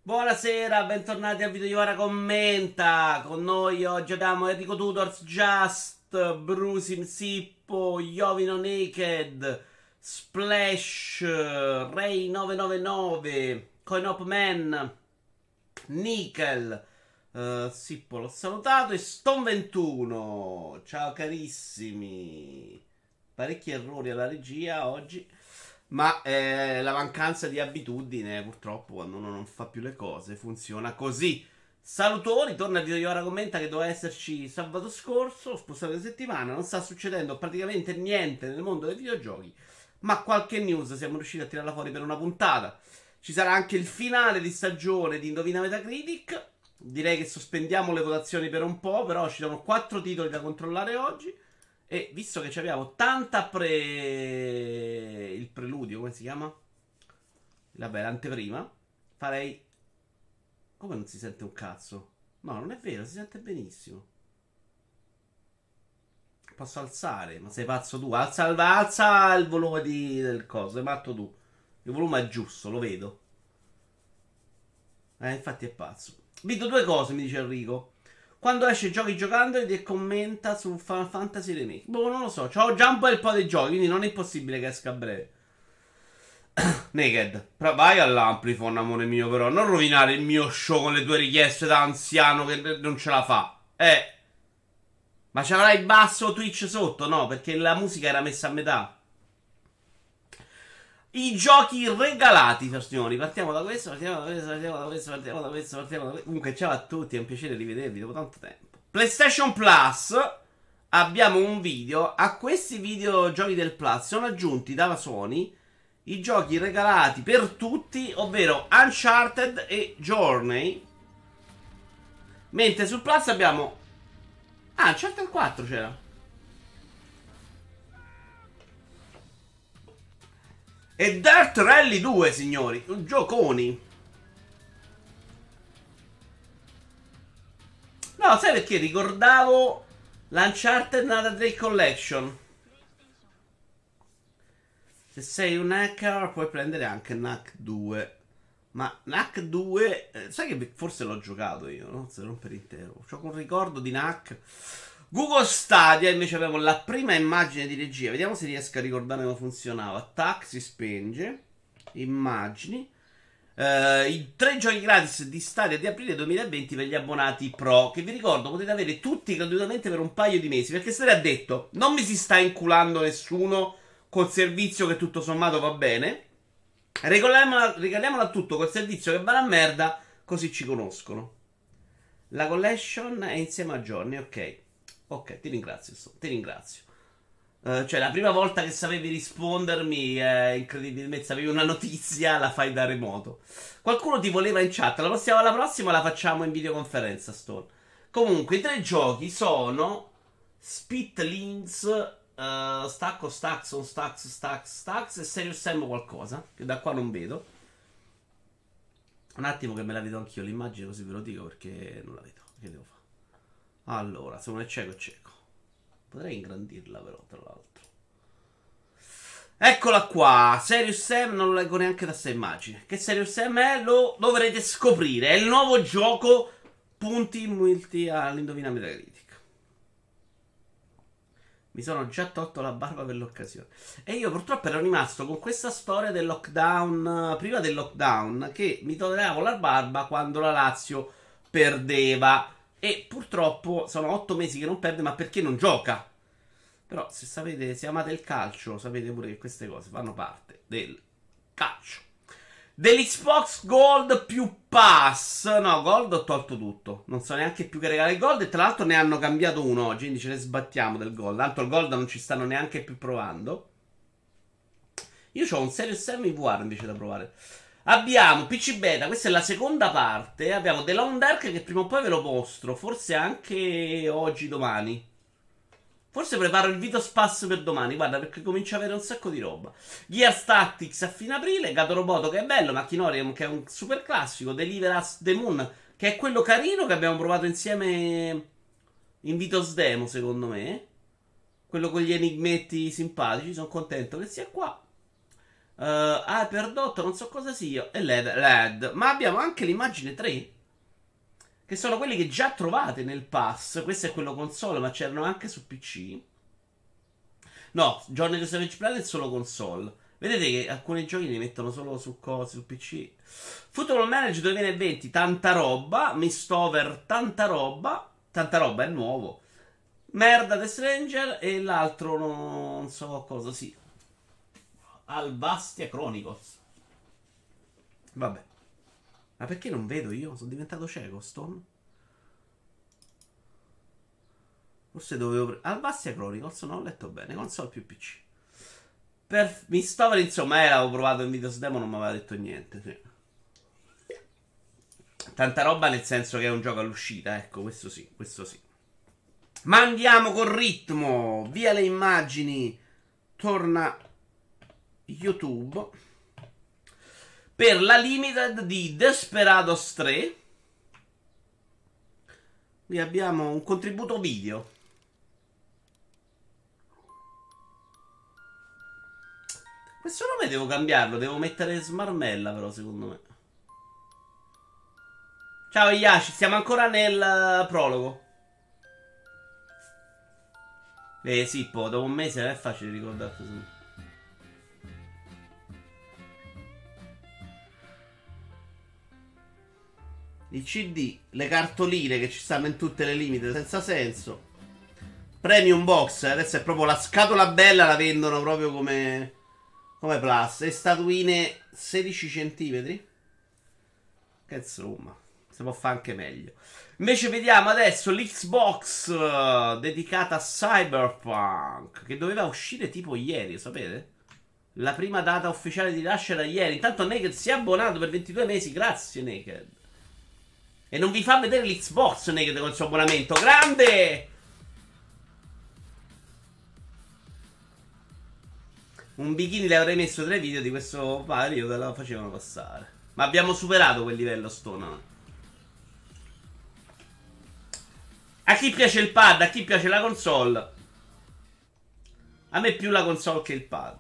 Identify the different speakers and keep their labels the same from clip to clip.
Speaker 1: Buonasera, bentornati a Video Ora Commenta. Con noi oggi abbiamo Enrico Tudors, Just, Brusim Sippo, Jovino Naked, Splash, Ray 999, Coinop Man, Nickel, Sippo l'ho salutato e Stone 21. Ciao carissimi. Parecchi errori alla regia oggi. Ma la mancanza di abitudine, purtroppo, quando uno non fa più le cose, funziona così. Salutori, torna il video di Ora Commenta che doveva esserci sabato scorso, spostato di settimana, non sta succedendo praticamente niente nel mondo dei videogiochi, ma qualche news siamo riusciti a tirarla fuori per una puntata. Ci sarà anche il finale di stagione di Indovina Metacritic. Direi che sospendiamo le votazioni per un po', però ci sono 4 titoli da controllare oggi. E visto che abbiamo tanta il preludio, come si chiama? Vabbè, l'anteprima. Farei... Come non si sente un cazzo? No, non è vero, si sente benissimo. Posso alzare, ma sei pazzo tu? Alza il volume del coso, sei matto tu. Il volume è giusto, lo vedo. Infatti è pazzo. Vedo due cose, mi dice Enrico. Quando esce giochi giocando e commenta su Final Fantasy Remake. Boh, non lo so. C'ho già un bel po' di giochi, quindi non è possibile che esca a breve. Naked. Però vai all'Amplifon, amore mio, però. Non rovinare il mio show con le tue richieste da anziano che non ce la fa. Ma c'avrai basso Twitch sotto? No, perché la musica era messa a metà. I giochi regalati, signori. Partiamo da questo, partiamo da questo. Comunque, ciao a tutti, è un piacere rivedervi dopo tanto tempo. PlayStation Plus. Abbiamo un video. A questi videogiochi del Plus sono aggiunti dalla Sony i giochi regalati per tutti, ovvero Uncharted e Journey. Mentre sul Plus abbiamo... Ah, Uncharted 4 c'era. E Dirt Rally 2, signori. Gioconi. No, sai perché? Ricordavo l'Uncharted Nathan Drake Collection. Se sei un hacker puoi prendere anche NAC 2. Ma NAC 2... sai che forse l'ho giocato io, no? Se non per intero. C'ho un ricordo di NAC... Google Stadia invece avevo la prima immagine di regia. Vediamo se riesco a ricordare come funzionava. Tac, si spenge. Immagini. I 3 giochi gratis di Stadia di aprile 2020 per gli abbonati Pro. Che vi ricordo potete avere tutti gratuitamente per un paio di mesi. Perché Stadia ha detto non mi si sta inculando nessuno col servizio che tutto sommato va bene. Regaliamola a tutto col servizio che va a merda. Così ci conoscono. La collection è insieme a Journey, ok. Ok, ti ringrazio, ti ringrazio. Cioè, la prima volta che sapevi rispondermi, incredibilmente, sapevi una notizia, la fai da remoto. Qualcuno ti voleva in chat, la prossima la facciamo in videoconferenza, Stone. Comunque, i 3 giochi sono Spit Links, Stacco, Staxon, Stax e Serious Sam qualcosa, che da qua non vedo. Un attimo che me la vedo anch'io l'immagine, così ve lo dico, perché non la vedo. Che devo fare? Allora, se uno è cieco è cieco. Potrei ingrandirla però, tra l'altro. Eccola qua. Serious Sam non lo leggo neanche da questa immagine. Che Serious Sam è? Lo dovrete scoprire. È il nuovo gioco punti multi all'Indovina Metacritic. Mi sono già tolto la barba per l'occasione. E io purtroppo ero rimasto con questa storia del lockdown. Prima del lockdown, che mi toglievo la barba quando la Lazio perdeva. E purtroppo sono 8 mesi che non perde, ma perché non gioca? Però se sapete, se amate il calcio, sapete pure che queste cose fanno parte del calcio. Dell'Xbox Gold più Pass. No, Gold ho tolto tutto. Non so neanche più che regalare il Gold. E tra l'altro ne hanno cambiato uno oggi, quindi ce ne sbattiamo del Gold. Tanto il Gold non ci stanno neanche più provando. Io ho un Serious Sam VR invece da provare. Abbiamo PC Beta, questa è la seconda parte. Abbiamo The Long Dark che prima o poi ve lo mostro. Forse anche oggi, domani. Forse preparo il Vitos Pass per domani. Guarda, perché comincia a avere un sacco di roba. Gear Tactics a fine aprile. Gato Roboto che è bello. Machinorium che è un super classico. Deliver Us the Moon che è quello carino che abbiamo provato insieme in Vitos Demo, secondo me. Quello con gli enigmetti simpatici. Sono contento che sia qua. Hyperdot, non so cosa sia, e LED. Ma abbiamo anche l'immagine 3, che sono quelli che già trovate nel pass. Questo è quello console, ma c'erano anche su PC. No, Journey to Savage Planet è solo console. Vedete che alcuni giochi li mettono solo su cose, su PC. Football Manager 2020, tanta roba. Mistover, tanta roba. Tanta roba è nuovo. Merda The Stranger e l'altro non so cosa, sì. Albastia Chronicles. Vabbè. Ma perché non vedo io? Sono diventato cieco, Stone. Forse dovevo... Albastia Chronicles, no, ho letto bene. Console più PC. Per Mistover, insomma, l'avevo provato in Videos Demo, non mi aveva detto niente, sì. Tanta roba nel senso che è un gioco all'uscita, ecco, questo sì, questo sì. Ma andiamo col ritmo. Via le immagini. Torna YouTube. Per la limited di Desperados 3. Qui abbiamo un contributo video. Questo nome devo cambiarlo. Devo mettere Smarmella però secondo me. Ciao Yashi, siamo ancora nel prologo. Sì, dopo un mese non è facile ricordarti. Il CD, le cartoline che ci stanno in tutte le limite senza senso. Premium box, adesso è proprio la scatola bella, la vendono proprio come plus. E statuine 16 centimetri. Che insomma, si può fare anche meglio. Invece vediamo adesso l'Xbox dedicata a Cyberpunk, che doveva uscire tipo ieri, sapete? La prima data ufficiale di rilascio era ieri. Intanto Naked si è abbonato per 22 mesi, grazie Naked. E non vi fa vedere l'Xbox Naked con il suo abbonamento. Grande! Un bikini le avrei messo 3 video di questo periodo e la facevano passare. Ma abbiamo superato quel livello, Stone. A chi piace il pad, a chi piace la console. A me più la console che il pad.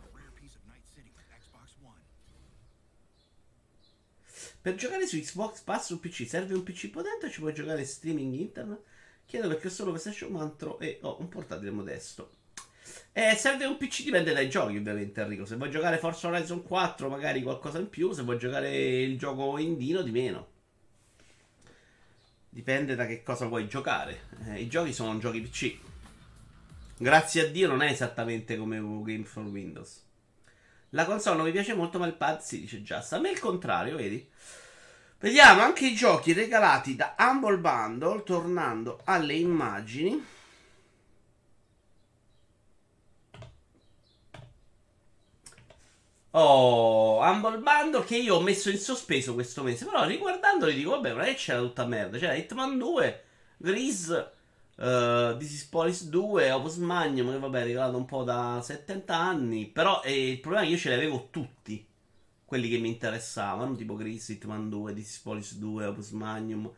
Speaker 1: Per giocare su Xbox Pass su PC serve un PC potente o ci puoi giocare streaming internet? Chiedo perché ho solo PlayStation 4 e ho un portatile modesto. Serve un PC, dipende dai giochi ovviamente Enrico. Se vuoi giocare Forza Horizon 4 magari qualcosa in più. Se vuoi giocare il gioco indino di meno. Dipende da che cosa vuoi giocare. I giochi sono giochi PC. Grazie a Dio non è esattamente come Game for Windows. La console non mi piace molto, ma il pad sì, dice Just. A me il contrario, vedi? Vediamo anche i giochi regalati da Humble Bundle, tornando alle immagini. Oh, Humble Bundle che io ho messo in sospeso questo mese. Però riguardandoli dico, vabbè, non è che c'era tutta merda. C'era Hitman 2, Grease, This is Police 2, Opus Magnum, che vabbè, regalato un po' da 70 anni. Però il problema è che io ce li avevo tutti. Quelli che mi interessavano, tipo Grease, Hitman 2, This is Police 2, Opus Magnum.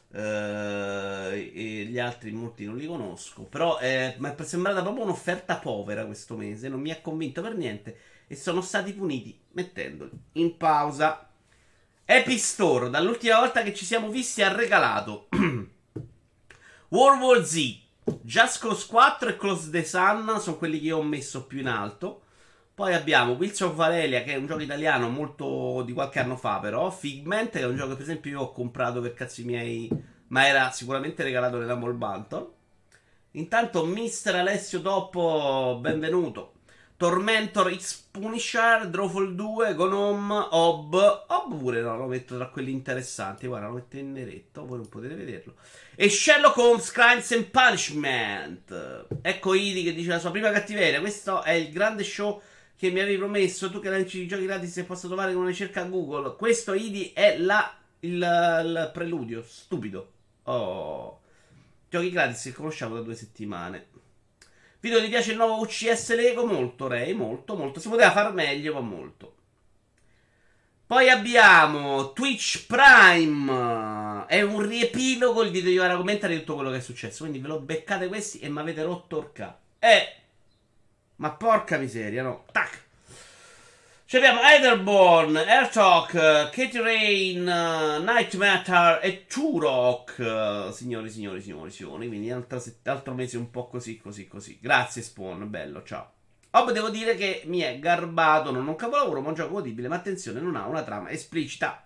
Speaker 1: E gli altri molti non li conosco. Però mi è sembrata proprio un'offerta povera questo mese. Non mi ha convinto per niente. E sono stati puniti mettendoli in pausa. Epic Store, dall'ultima volta che ci siamo visti, ha regalato World War Z, Just Cause 4 e Close the Sun. Sono quelli che io ho messo più in alto. Poi abbiamo Wills of Valeria, che è un gioco italiano molto di qualche anno fa, però Figment, che è un gioco che per esempio io ho comprato per cazzi miei, ma era sicuramente regalato nella Mall Banton. Intanto Mr. Alessio Toppo, benvenuto. Tormentor X Punisher, Drawful 2, Gnome, Hob pure no, lo metto tra quelli interessanti. Guarda, lo metto in neretto, voi non potete vederlo. E Sherlock Holmes Crimes and Punishment. Ecco Idi che dice la sua prima cattiveria. Questo è il grande show che mi avevi promesso. Tu che lanci i giochi gratis e posso trovare con una ricerca a Google. Questo Idi è il preludio. Stupido. Oh, giochi gratis che conosciamo da 2 settimane. Video, ti piace il nuovo UCS Lego? Molto, Ray, molto, molto. Si poteva far meglio, ma molto. Poi abbiamo Twitch Prime. È un riepilogo, il video di Vara commenta di tutto quello che è successo. Quindi ve lo beccate questi e mi avete rotto il ca. Ma porca miseria, no? Tac. Ci abbiamo Etherborn, Airtalk, Katie Rain, Night Matter e Turok. Signori, signori, signori, signori. Quindi altro mese un po' così, così, così. Grazie Spawn, bello, ciao. Devo dire che mi è garbato, non un capolavoro, ma un gioco godibile, ma attenzione, non ha una trama esplicita.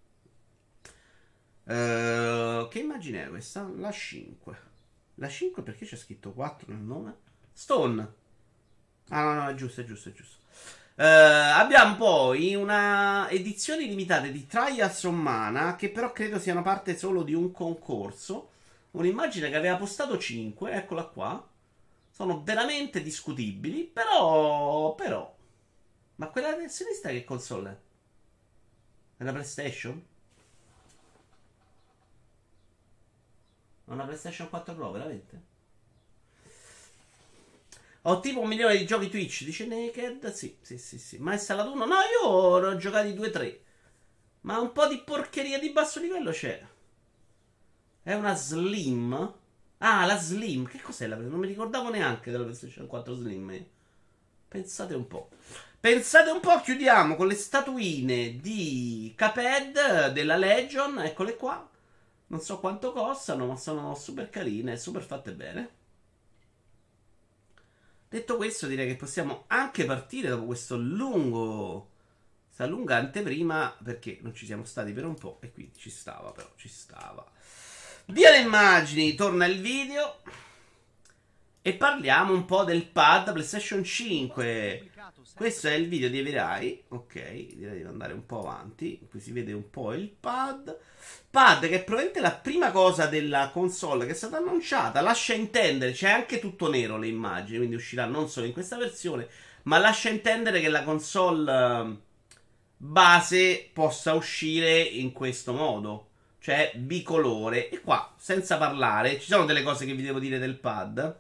Speaker 1: Che immagine è questa? La 5. La 5 perché c'è scritto 4 nel nome? Stone. Ah no, no, è giusto, è giusto, è giusto. Abbiamo poi una edizione limitata di Trials on Mana, che però credo sia una parte solo di un concorso. Un'immagine che aveva postato 5, eccola qua. Sono veramente discutibili, però. Ma quella del sinistra che console è? È una PlayStation? È una PlayStation 4 Pro, veramente? Ho tipo 1 milione di giochi Twitch, dice Naked. Sì, sì, sì, sì. Ma è installato uno? No, io ne ho giocati 2-3. Ma un po' di porcheria di basso livello c'è. È una Slim? Ah, la Slim. Che cos'è la? Non mi ricordavo neanche della PlayStation 4 Slim. Pensate un po'. Pensate un po', chiudiamo con le statuine di Cuphead della Legion. Eccole qua. Non so quanto costano, ma sono super carine, super fatte bene. Detto questo, direi che possiamo anche partire dopo questo lungo. Questa lunga anteprima, perché non ci siamo stati per un po'. E quindi ci stava, però, ci stava. Via le immagini, torna il video. E parliamo un po' del pad PlayStation 5. Questo è il video di Everai. Ok, direi di andare un po' avanti. Qui si vede un po' il pad. Pad che è probabilmente la prima cosa della console che è stata annunciata. Lascia intendere, c'è anche tutto nero le immagini, quindi uscirà non solo in questa versione, ma lascia intendere che la console base possa uscire in questo modo. Cioè bicolore. E qua, senza parlare, ci sono delle cose che vi devo dire del pad.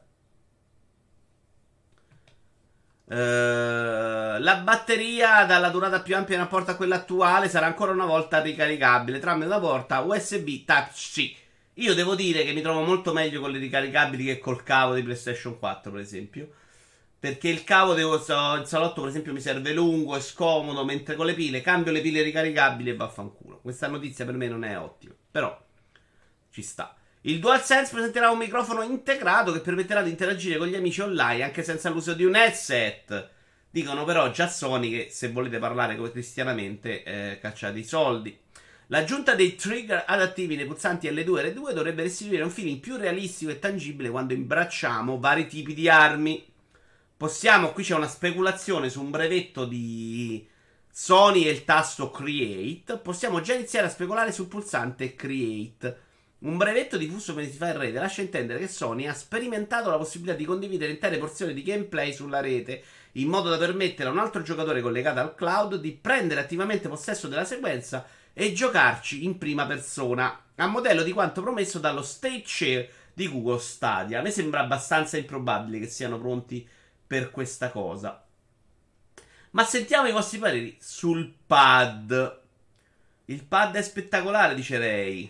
Speaker 1: La batteria dalla durata più ampia in rapporto a quella attuale sarà ancora una volta ricaricabile tramite la porta USB Type-C. Io devo dire che mi trovo molto meglio con le ricaricabili che col cavo di PlayStation 4, per esempio. Perché il cavo il salotto, per esempio, mi serve lungo e scomodo, mentre con le pile cambio le pile ricaricabili e vaffanculo. Questa notizia per me non è ottima, però ci sta. Il DualSense presenterà un microfono integrato che permetterà di interagire con gli amici online anche senza l'uso di un headset. Dicono però già Sony che se volete parlare come cristianamente cacciate i soldi. L'aggiunta dei trigger adattivi nei pulsanti L2 e R2 dovrebbe restituire un feeling più realistico e tangibile quando imbracciamo vari tipi di armi. Qui c'è una speculazione su un brevetto di Sony e il tasto Create. Possiamo già iniziare a speculare sul pulsante Create. Un brevetto diffuso per si fa in rete lascia intendere che Sony ha sperimentato la possibilità di condividere intere porzioni di gameplay sulla rete, in modo da permettere a un altro giocatore collegato al cloud di prendere attivamente possesso della sequenza e giocarci in prima persona, a modello di quanto promesso dallo State Share di Google Stadia. A me sembra abbastanza improbabile che siano pronti per questa cosa. Ma sentiamo i vostri pareri sul pad. Il pad è spettacolare, dice Ray.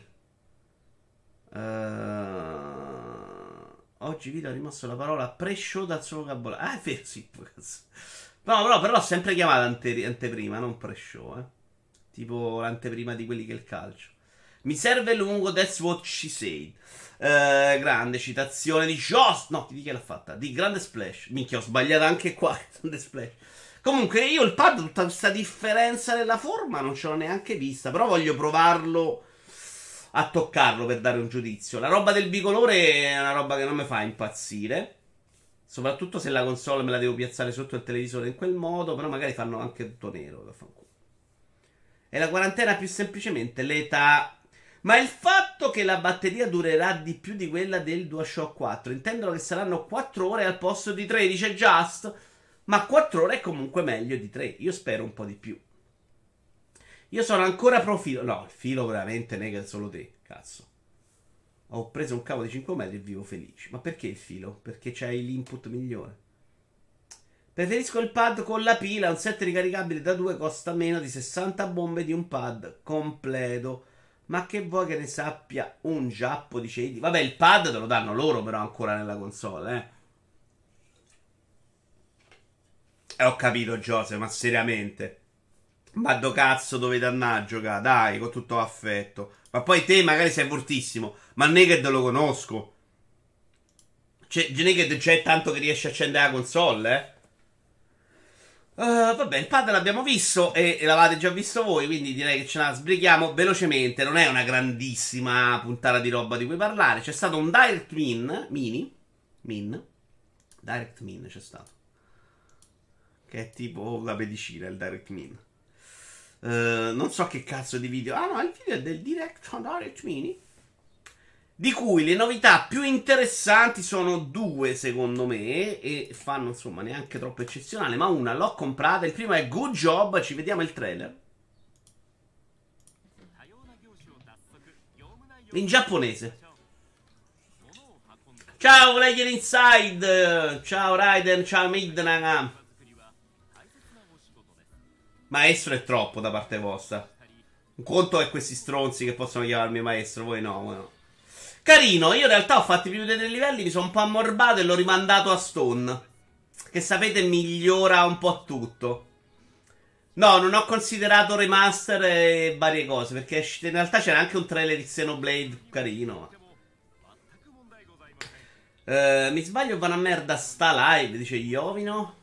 Speaker 1: Oggi Vito ha rimosso la parola pre-show dal suo vocabolario. Ah, è vero, sì. No, però l'ho sempre chiamata anteprima, non pre-show, tipo l'anteprima di quelli che è il calcio. Mi serve lungo, that's what she said. Grande citazione di Joss. No, di chi l'ha fatta? Di Grande Splash. Minchia, ho sbagliato anche qua. Grande Splash. Comunque, io il pad, tutta questa differenza nella forma, non ce l'ho neanche vista. Però voglio provarlo a toccarlo per dare un giudizio. La roba del bicolore è una roba che non mi fa impazzire. Soprattutto se la console me la devo piazzare sotto il televisore in quel modo. Però magari fanno anche tutto nero. E la quarantena più semplicemente l'età. Ma il fatto che la batteria durerà di più di quella del DualShock 4, intendono che saranno 4 ore al posto di 3, dice Just. Ma 4 ore è comunque meglio di 3. Io spero un po' di più. Io sono ancora pro filo. No, il filo veramente nega solo te, cazzo. Ho preso un cavo di 5 metri e vivo felice. Ma perché il filo? Perché c'hai l'input migliore. Preferisco il pad con la pila. Un set ricaricabile da 2 costa meno di 60 bombe di un pad completo. Ma che vuoi che ne sappia un giappo, dice Idi. Vabbè, il pad te lo danno loro però ancora nella console, ho capito, Jose, ma seriamente. Ma do cazzo dovete andare a giocare? Dai, con tutto affetto. Ma poi te magari sei fortissimo. Ma Naked lo conosco. Cioè, Naked c'è tanto che riesce a accendere la console, eh? Vabbè, il pad l'abbiamo visto e l'avete già visto voi, quindi direi che ce la sbrighiamo velocemente. Non è una grandissima puntata di roba di cui parlare. C'è stato un Direct Direct Min c'è stato. Che è tipo la medicina, il Direct Min. Non so che cazzo di video. Ah no, il video è del Direct Mini. Di cui le novità più interessanti sono due, secondo me. E fanno, insomma, neanche troppo eccezionale. Ma una l'ho comprata. Il primo è Good Job. Ci vediamo il trailer. In giapponese. Ciao, Player Inside. Ciao, Raiden. Ciao, Midnaga. Maestro è troppo da parte vostra. Un conto è questi stronzi che possono chiamarmi maestro, voi no. Carino, io in realtà ho fatto i primi 3 livelli, mi sono un po' ammorbato e l'ho rimandato a Stone. Che sapete migliora un po' tutto. No, non ho considerato remaster e varie cose, perché in realtà c'era anche un trailer di Xenoblade carino. Mi sbaglio, va una merda sta live, dice Iovino.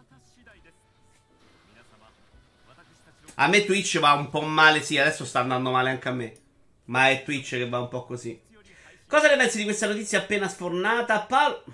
Speaker 1: A me Twitch va un po' male, sì, adesso sta andando male anche a me. Ma è Twitch che va un po' così. Cosa ne pensi di questa notizia appena sfornata?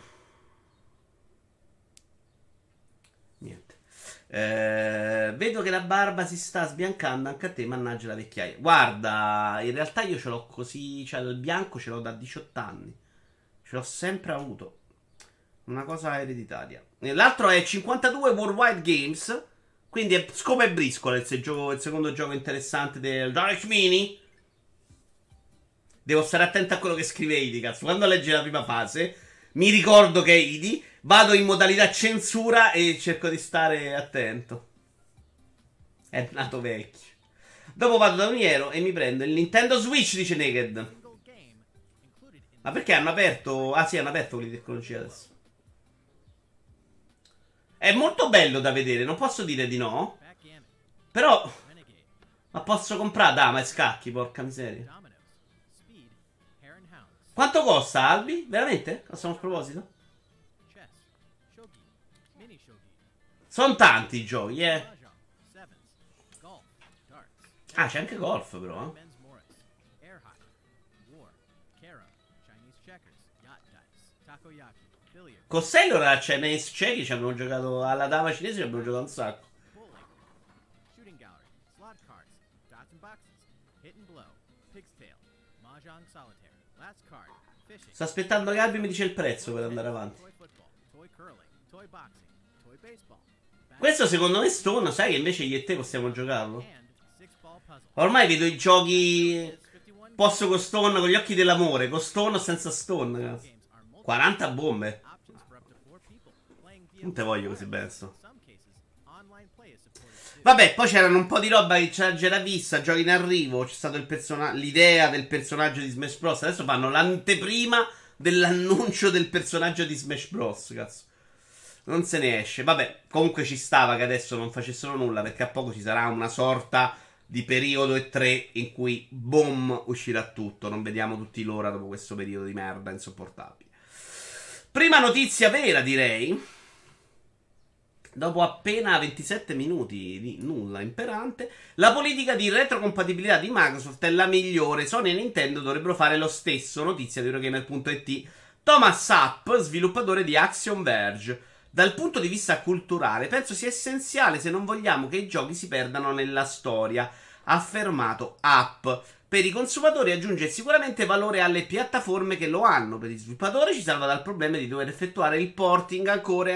Speaker 1: Niente. Vedo che la barba si sta sbiancando anche a te, mannaggia la vecchiaia. Guarda, in realtà io ce l'ho così, cioè il bianco ce l'ho da 18 anni. Ce l'ho sempre avuto. Una cosa ereditaria. E l'altro è 52 Worldwide Games. Quindi è scopa e briscola il secondo gioco interessante del Direct Mini. Devo stare attento a quello che scrive Idi, cazzo. Quando leggi la prima fase, mi ricordo che è Idi, vado in modalità censura e cerco di stare attento. È nato vecchio. Dopo vado da Uniero e mi prendo il Nintendo Switch, dice Naked. Ma perché hanno aperto? Ah sì, hanno aperto quelli di tecnologia adesso. È molto bello da vedere, non posso dire di no. Però ma posso comprare dama e scacchi, porca miseria. Quanto costa, Albi? Veramente? Costa uno sproposito? Sono tanti i giochi, eh. Ah, c'è anche golf, però, eh. Con Sailor c'è Nace Ciechi, ci abbiamo giocato alla dama cinese, ci abbiamo giocato un sacco. Sto aspettando che Albi mi dice il prezzo per andare avanti. Questo secondo me Stone, sai che invece io e te possiamo giocarlo? Ormai vedo i giochi. Posso con Stone, con gli occhi dell'amore, con Stone o senza Stone, cazzo. 40 bombe. Non te voglio così bene sto. Vabbè, poi c'erano un po' di roba che c'era già vista, giochi in arrivo, c'è stato l'idea del personaggio di Smash Bros. Adesso fanno l'anteprima dell'annuncio del personaggio di Smash Bros. Cazzo. Non se ne esce. Vabbè, comunque ci stava che adesso non facessero nulla, perché a poco ci sarà una sorta di periodo E3 in cui boom uscirà tutto. Non vediamo tutti l'ora dopo questo periodo di merda insopportabile. Prima notizia vera, direi. Dopo appena 27 minuti di nulla imperante, la politica di retrocompatibilità di Microsoft è la migliore. Sony e Nintendo dovrebbero fare lo stesso. Notizia di Eurogamer.it. Thomas App, sviluppatore di Axiom Verge. Dal punto di vista culturale, penso sia essenziale se non vogliamo che i giochi si perdano nella storia, ha affermato App. Per i consumatori aggiunge sicuramente valore alle piattaforme che lo hanno. Per gli sviluppatori ci salva dal problema di dover effettuare il porting ancora.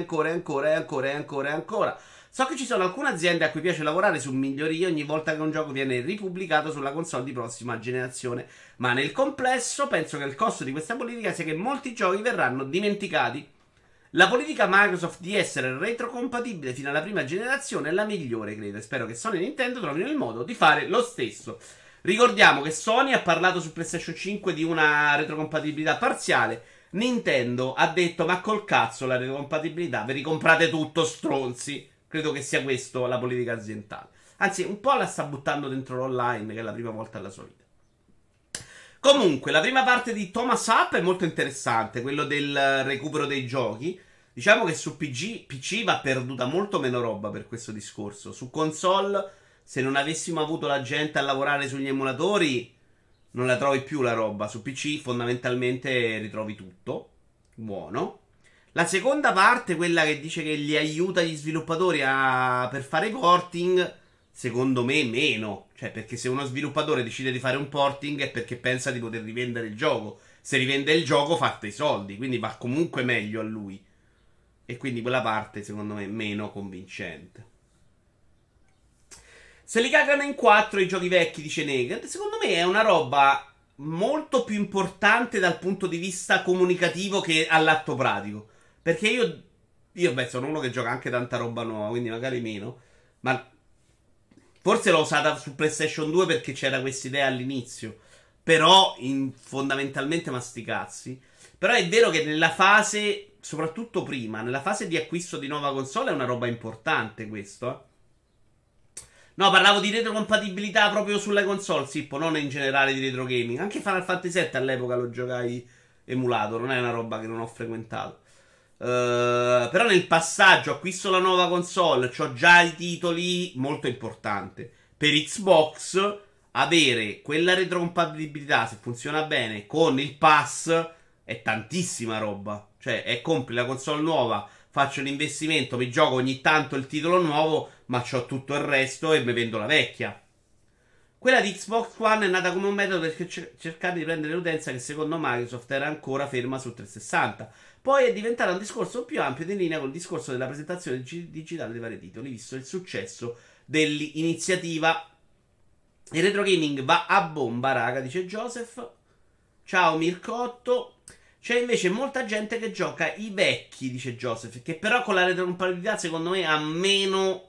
Speaker 1: So che ci sono alcune aziende a cui piace lavorare su migliorie ogni volta che un gioco viene ripubblicato sulla console di prossima generazione, ma nel complesso penso che il costo di questa politica sia che molti giochi verranno dimenticati. La politica Microsoft di essere retrocompatibile fino alla prima generazione è la migliore, credo, e spero che Sony e Nintendo trovino il modo di fare lo stesso. Ricordiamo che Sony ha parlato su PlayStation 5 di una retrocompatibilità parziale. Nintendo ha detto: ma col cazzo la retrocompatibilità, ve li comprate tutto, stronzi. Credo che sia questa la politica aziendale. Anzi, un po' la sta buttando dentro l'online, che è la prima volta della sua vita. Comunque, la prima parte di Thomas Up è molto interessante, quello del recupero dei giochi. Diciamo che su PC va perduta molto meno roba per questo discorso. Su console, se non avessimo avuto la gente a lavorare sugli emulatori, non la trovi più la roba. Su PC fondamentalmente ritrovi tutto. Buono. La seconda parte, quella che dice che gli aiuta gli sviluppatori per fare porting, secondo me meno. Cioè, perché se uno sviluppatore decide di fare un porting è perché pensa di poter rivendere il gioco. Se rivende il gioco, fatte i soldi. Quindi va comunque meglio a lui. E quindi quella parte, secondo me, è meno convincente. Se li cagano in 4 i giochi vecchi, dice Naked, secondo me è una roba molto più importante dal punto di vista comunicativo che all'atto pratico. Perché io beh, sono uno che gioca anche tanta roba nuova, quindi magari meno. Ma forse l'ho usata su PlayStation 2 perché c'era questa idea all'inizio. Però, fondamentalmente, masticazzi. Però è vero che nella fase, soprattutto prima, nella fase di acquisto di nuova console è una roba importante questo. No, parlavo di retrocompatibilità proprio sulle console, Sippo, non in generale di retro gaming. Anche Final Fantasy VII all'epoca lo giocai emulato, non è una roba che non ho frequentato. Però nel passaggio acquisto la nuova console, c'ho già i titoli, molto importante. Per Xbox, avere quella retrocompatibilità, se funziona bene, con il pass è tantissima roba. Cioè, compri la console nuova, faccio l'investimento, mi gioco ogni tanto il titolo nuovo, ma c'ho tutto il resto e mi vendo la vecchia. Quella di Xbox One è nata come un metodo per cercare di prendere l'utenza che secondo Microsoft era ancora ferma sul 360. Poi è diventata un discorso più ampio ed in linea col discorso della presentazione digitale dei vari titoli, visto il successo dell'iniziativa. Il retro gaming va a bomba, raga, dice Joseph. Ciao Mircotto. C'è invece molta gente che gioca i vecchi, dice Joseph, che però con la retrocompatibilità secondo me ha meno...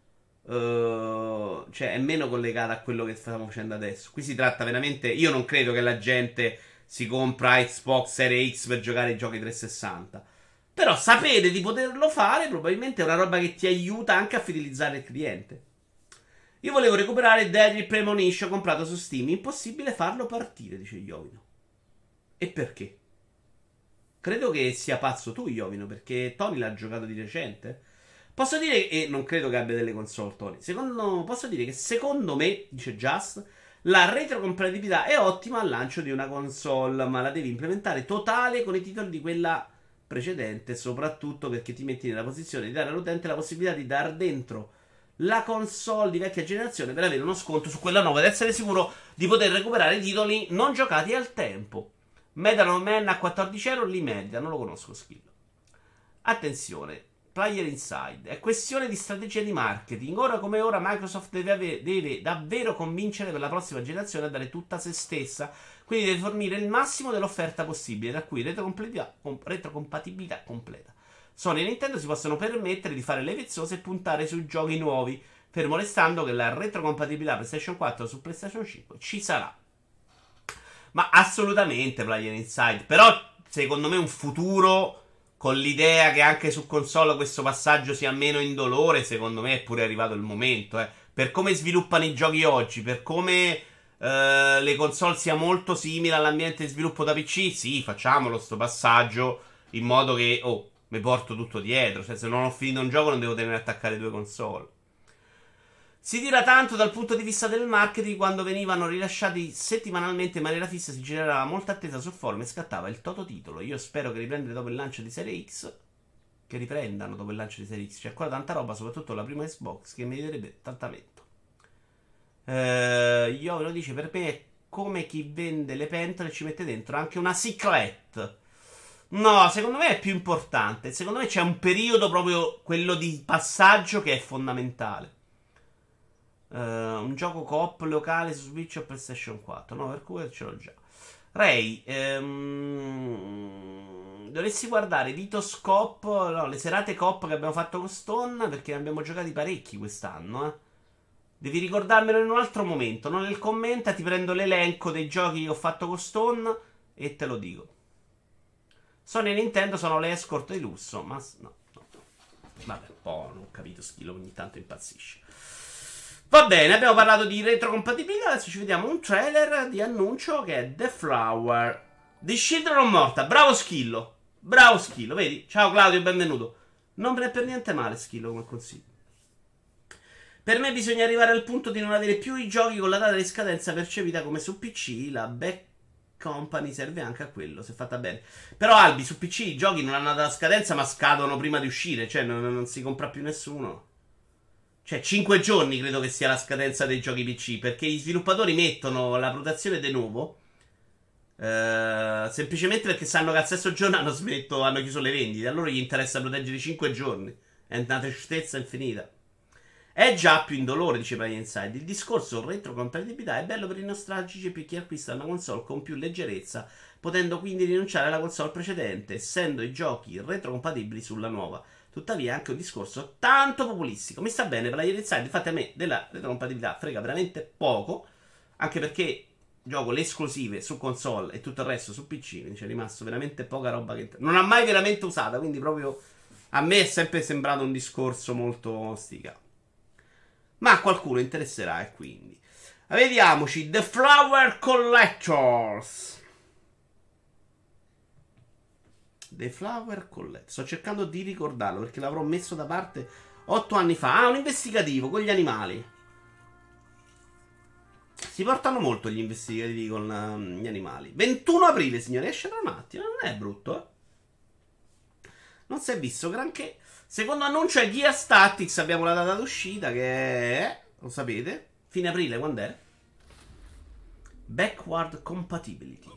Speaker 1: cioè è meno collegata a quello che stiamo facendo adesso. Qui si tratta veramente... Io non credo che la gente si compra Xbox Series X per giocare i giochi 360. Però sapere di poterlo fare probabilmente è una roba che ti aiuta anche a fidelizzare il cliente. Io volevo recuperare Deadly Premonition comprato su Steam. Impossibile farlo partire, dice Iovino. E perché? Credo che sia pazzo tu, Iovino, perché Tony l'ha giocato di recente. Posso dire, e non credo che abbia delle console, Tony. Posso dire che secondo me, dice Just, la retrocompatibilità è ottima al lancio di una console, ma la devi implementare totale con i titoli di quella precedente, soprattutto perché ti metti nella posizione di dare all'utente la possibilità di dar dentro la console di vecchia generazione per avere uno sconto su quella nuova ed essere sicuro di poter recuperare i titoli non giocati al tempo. Medal Man a 14 euro, li media, non lo conosco, skill. Attenzione, Player Inside, è questione di strategia di marketing. Ora come ora Microsoft deve davvero convincere per la prossima generazione a dare tutta se stessa, quindi deve fornire il massimo dell'offerta possibile, tra cui retrocompatibilità completa. Sony e Nintendo si possono permettere di fare le vezzose e puntare sui giochi nuovi, fermo restando che la retrocompatibilità PlayStation 4 su PlayStation 5 ci sarà. Ma assolutamente Player Inside. Però secondo me un futuro con l'idea che anche su console questo passaggio sia meno indolore, secondo me è pure arrivato il momento. Per come sviluppano i giochi oggi, per come le console sia molto simili all'ambiente di sviluppo da PC, sì, facciamolo sto passaggio in modo che, mi porto tutto dietro. Cioè, se non ho finito un gioco non devo tenere attaccare due console. Si tira tanto dal punto di vista del marketing. Quando venivano rilasciati settimanalmente in maniera fissa si generava molta attesa sul forum e scattava il tototitolo. Io spero che riprendano dopo il lancio di Serie X. Che riprendano dopo il lancio di Serie X. C'è ancora tanta roba, soprattutto la prima Xbox, che meriterebbe trattamento. Io ve lo dice, per me è come chi vende le pentole e ci mette dentro anche una ciclette. No, secondo me è più importante. Secondo me c'è un periodo proprio, quello di passaggio, che è fondamentale. Un gioco coop locale su Switch o PlayStation 4. No, per cui ce l'ho già. Ray, dovresti guardare Vitos Coop, no, le serate coop che abbiamo fatto con Stone, perché ne abbiamo giocati parecchi quest'anno. Devi ricordarmelo in un altro momento, non nel commenta, ti prendo l'elenco dei giochi che ho fatto con Stone e te lo dico. Sony e Nintendo sono le escort di lusso, ma no. Vabbè, un po' non ho capito, schilo ogni tanto impazzisce. Va bene, abbiamo parlato di retrocompatibilità. Adesso ci vediamo un trailer di annuncio che è The Flower di Children of Morta. Bravo Schillo. Bravo Schillo, vedi? Ciao Claudio, benvenuto. Non me ne è per niente male Schillo come consiglio. Per me bisogna arrivare al punto di non avere più i giochi con la data di scadenza percepita come su PC. La Back Company serve anche a quello, se fatta bene. Però Albi, su PC i giochi non hanno data di scadenza ma scadono prima di uscire. Cioè non si compra più nessuno. Cioè 5 giorni credo che sia la scadenza dei giochi PC. Perché gli sviluppatori mettono la protezione de nuovo semplicemente perché sanno che al stesso giorno hanno chiuso le vendite. A loro gli interessa proteggere i 5 giorni. È una tristezza infinita. È già più indolore, dice Brian Inside. Il discorso retrocompatibilità è bello per i nostalgici e per chi acquista una console con più leggerezza, potendo quindi rinunciare alla console precedente, essendo i giochi retrocompatibili sulla nuova. Tuttavia è anche un discorso tanto populistico. Mi sta bene Brian Inside, infatti a me della retrocompatibilità frega veramente poco, anche perché gioco le esclusive su console e tutto il resto su PC, quindi c'è rimasto veramente poca roba che non ha mai veramente usata, quindi proprio a me è sempre sembrato un discorso molto stiga. Ma a qualcuno interesserà e quindi vediamoci The Flower Collectors. The Flower Collectors. Sto cercando di ricordarlo perché l'avrò messo da parte 8 anni fa. Ah, un investigativo con gli animali. Si portano molto gli investigativi con gli animali. 21 aprile, signori, esce tra un attimo. Non è brutto, eh? Non si è visto granché. Secondo annuncio è Gears Tactics. Abbiamo la data d'uscita che è, lo sapete, fine aprile. Quando è? Backward Compatibility.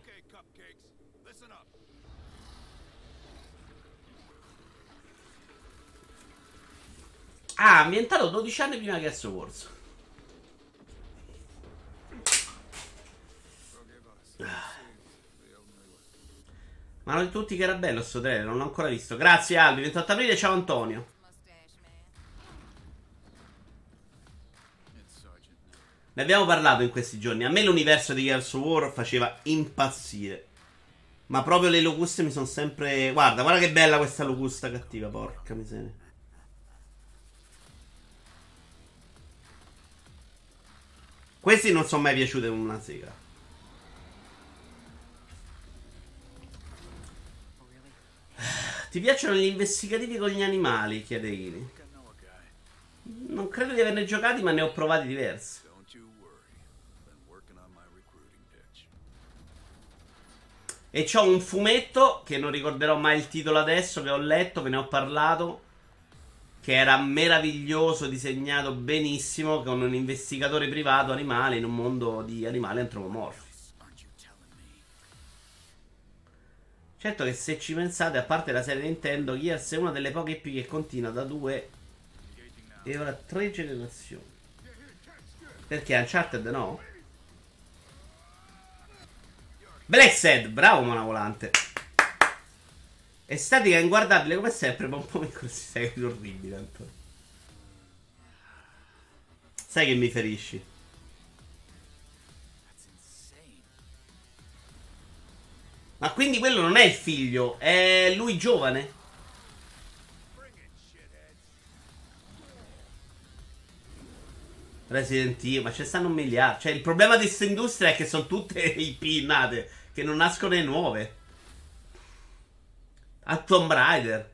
Speaker 1: Ah, ambientato 12 anni prima che Gears Wars. Ma hanno detto tutti che era bello sto trailer, non l'ho ancora visto. Grazie Albi, 28 aprile, ciao Antonio. Ne abbiamo parlato in questi giorni. A me l'universo di Gears of War faceva impazzire. Ma proprio le locuste mi sono sempre... Guarda che bella questa locusta cattiva, porca miseria. Questi non sono mai piaciuti in una sega. Ti piacciono gli investigativi con gli animali? Chiede Ini. Non credo di averne giocati, ma ne ho provati diversi. E c'ho un fumetto, che non ricorderò mai il titolo adesso, che ho letto, ve ne ho parlato, che era meraviglioso, disegnato benissimo, con un investigatore privato animale in un mondo di animali antropomorfi. Certo che se ci pensate, a parte la serie Nintendo, Gears è una delle poche IP che continua da 2 e ora 3 generazioni. Perché Uncharted no? Blessed, bravo Monavolante. Estetica inguardabile come sempre, ma un po' così sei orribile Antonio. Sai che mi ferisci. Ma quindi quello non è il figlio, è lui giovane? Resident Evil, ma ci stanno un miliardo. Cioè il problema di questa industria è che sono tutte IP nate, che non nascono le nuove. A Tomb Raider.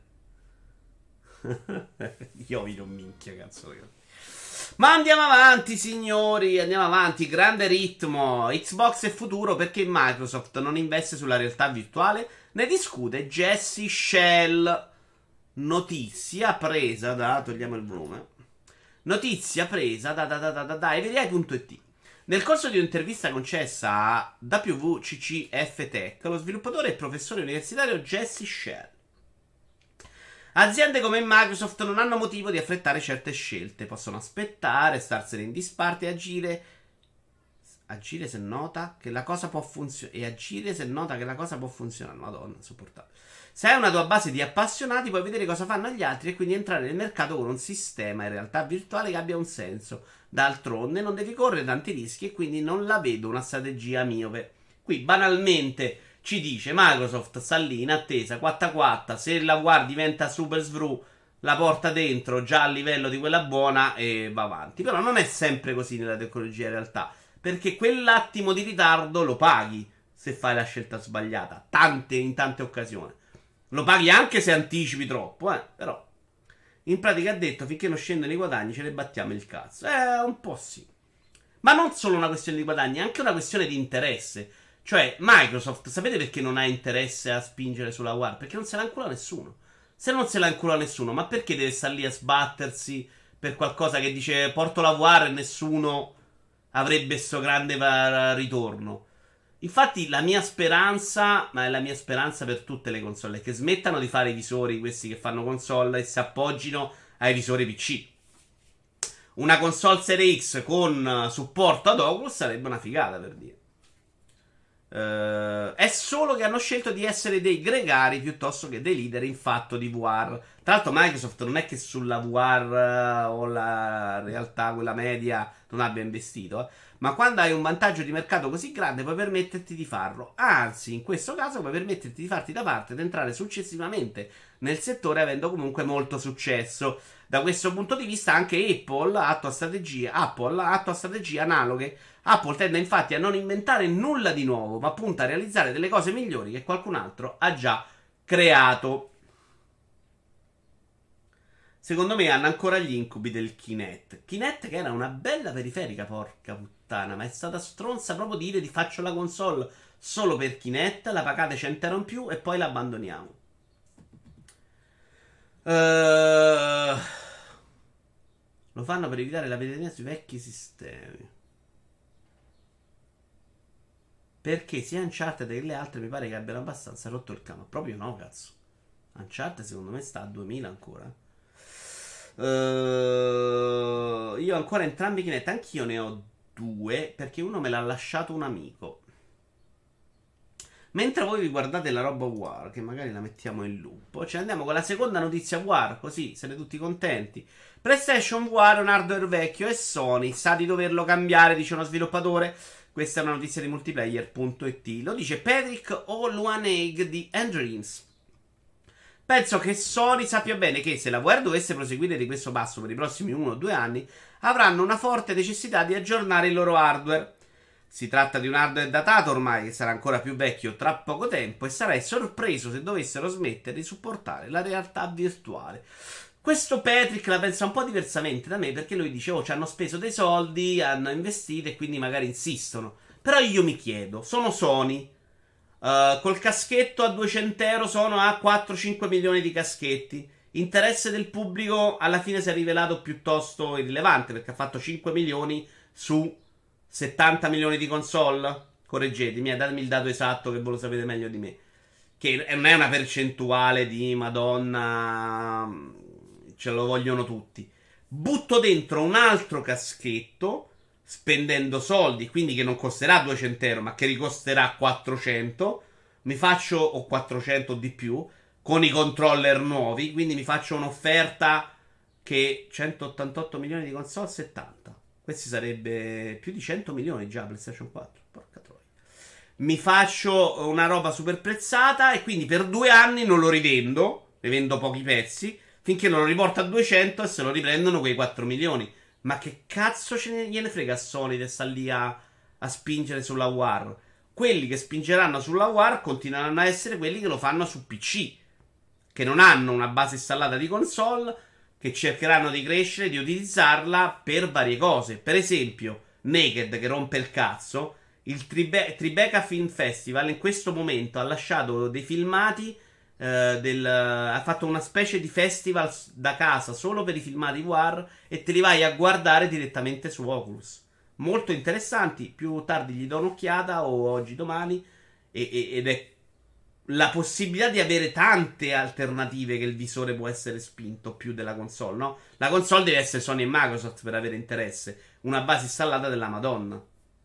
Speaker 1: Io vi non minchia, cazzo. Ma andiamo avanti, signori. Andiamo avanti. Grande ritmo. Xbox è futuro perché Microsoft non investe sulla realtà virtuale. Ne discute Jesse Shell. Notizia presa da... Togliamo il volume. Notizia presa da Everyeye.it. Nel corso di un'intervista concessa a WCCF Tech, lo sviluppatore e professore universitario Jesse Shell. Aziende come Microsoft non hanno motivo di affrettare certe scelte. Possono aspettare, starsene in disparte e agire se nota che la cosa può funzionare. E agire se nota che la cosa può funzionare. Madonna, insopportabile. Se hai una tua base di appassionati, puoi vedere cosa fanno gli altri e quindi entrare nel mercato con un sistema in realtà virtuale che abbia un senso. D'altronde non devi correre tanti rischi e quindi non la vedo una strategia miope. Qui banalmente ci dice Microsoft sta lì in attesa, quatta quatta, se la guardi diventa super svru, la porta dentro già a livello di quella buona e va avanti. Però non è sempre così nella tecnologia in realtà, perché quell'attimo di ritardo lo paghi se fai la scelta sbagliata, in tante occasioni. Lo paghi anche se anticipi troppo, però. In pratica ha detto, finché non scendono i guadagni ce ne battiamo il cazzo. Un po' sì. Ma non solo una questione di guadagni, è anche una questione di interesse. Cioè, Microsoft, sapete perché non ha interesse a spingere sulla War? Perché non se la incula nessuno. Se non se la incula nessuno, ma perché deve stare lì a sbattersi per qualcosa che dice porto la War e nessuno avrebbe sto grande ritorno? Infatti la mia speranza, ma è la mia speranza per tutte le console, è che smettano di fare i visori, questi che fanno console, e si appoggino ai visori PC. Una console Serie X con supporto ad Oculus sarebbe una figata, per dire. È solo che hanno scelto di essere dei gregari piuttosto che dei leader in fatto di VR. Tra l'altro Microsoft non è che sulla VR o la realtà, quella media, non abbia investito, ma quando hai un vantaggio di mercato così grande puoi permetterti di farlo. Anzi, in questo caso puoi permetterti di farti da parte ed entrare successivamente nel settore avendo comunque molto successo. Da questo punto di vista anche Apple ha attua strategie analoghe. Apple tende infatti a non inventare nulla di nuovo, ma punta a realizzare delle cose migliori che qualcun altro ha già creato. Secondo me hanno ancora gli incubi del Kinect. Kinect che era una bella periferica, porca puttana, ma è stata stronza proprio dire di faccio la console solo per Kinect, la pagate 100 euro in più e poi la abbandoniamo. Lo fanno per evitare la pirateria sui vecchi sistemi. Perché sia Uncharted che le altre mi pare che abbiano abbastanza rotto il camo. Proprio no, cazzo. Uncharted secondo me sta a 2000 ancora. Io ho ancora entrambi i Kinect. Anch'io ne ho due. Perché uno me l'ha lasciato un amico. Mentre voi vi guardate la roba War, che magari la mettiamo in loop, ci andiamo con la seconda notizia War, così siete tutti contenti. PlayStation War è un hardware vecchio e Sony sa di doverlo cambiare, dice uno sviluppatore. Questa è una notizia di multiplayer.it. Lo dice Patrick O'Luaneg di Endreams. Penso che Sony sappia bene che se la War dovesse proseguire di questo passo per i prossimi 1 o 2 anni, avranno una forte necessità di aggiornare il loro hardware. Si tratta di un hardware datato ormai, che sarà ancora più vecchio tra poco tempo, e sarai sorpreso se dovessero smettere di supportare la realtà virtuale. Questo Patrick la pensa un po' diversamente da me, perché lui dice, ci hanno speso dei soldi, hanno investito e quindi magari insistono. Però io mi chiedo, sono Sony, col caschetto a 200 euro sono a 4-5 milioni di caschetti. Interesse del pubblico alla fine si è rivelato piuttosto irrilevante, perché ha fatto 5 milioni su 70 milioni di console. Correggetemi, datemi il dato esatto che voi lo sapete meglio di me. Che non è una percentuale di Madonna, ce lo vogliono tutti. Butto dentro un altro caschetto, spendendo soldi, quindi che non costerà 200 euro, ma che ricosterà 400. Mi faccio, o 400 o di più, con i controller nuovi, quindi mi faccio un'offerta che 188 milioni di console, 70. Questi sarebbe più di 100 milioni già PlayStation 4. Porca troia. Mi faccio una roba super prezzata e quindi per 2 anni non lo rivendo. Ne vendo pochi pezzi. Finché non lo riporto a 200 e se lo riprendono quei 4 milioni. Ma che cazzo gliene frega a Sony che sta lì a spingere sulla War? Quelli che spingeranno sulla War continueranno a essere quelli che lo fanno su PC. Che non hanno una base installata di console, che cercheranno di crescere, di utilizzarla per varie cose. Per esempio, Naked, che rompe il cazzo, il Tribeca Film Festival in questo momento ha lasciato dei filmati, ha fatto una specie di festival da casa solo per i filmati War e te li vai a guardare direttamente su Oculus. Molto interessanti, più tardi gli do un'occhiata o oggi domani ed è la possibilità di avere tante alternative che il visore può essere spinto più della console, no? La console deve essere Sony e Microsoft per avere interesse. Una base installata della Madonna.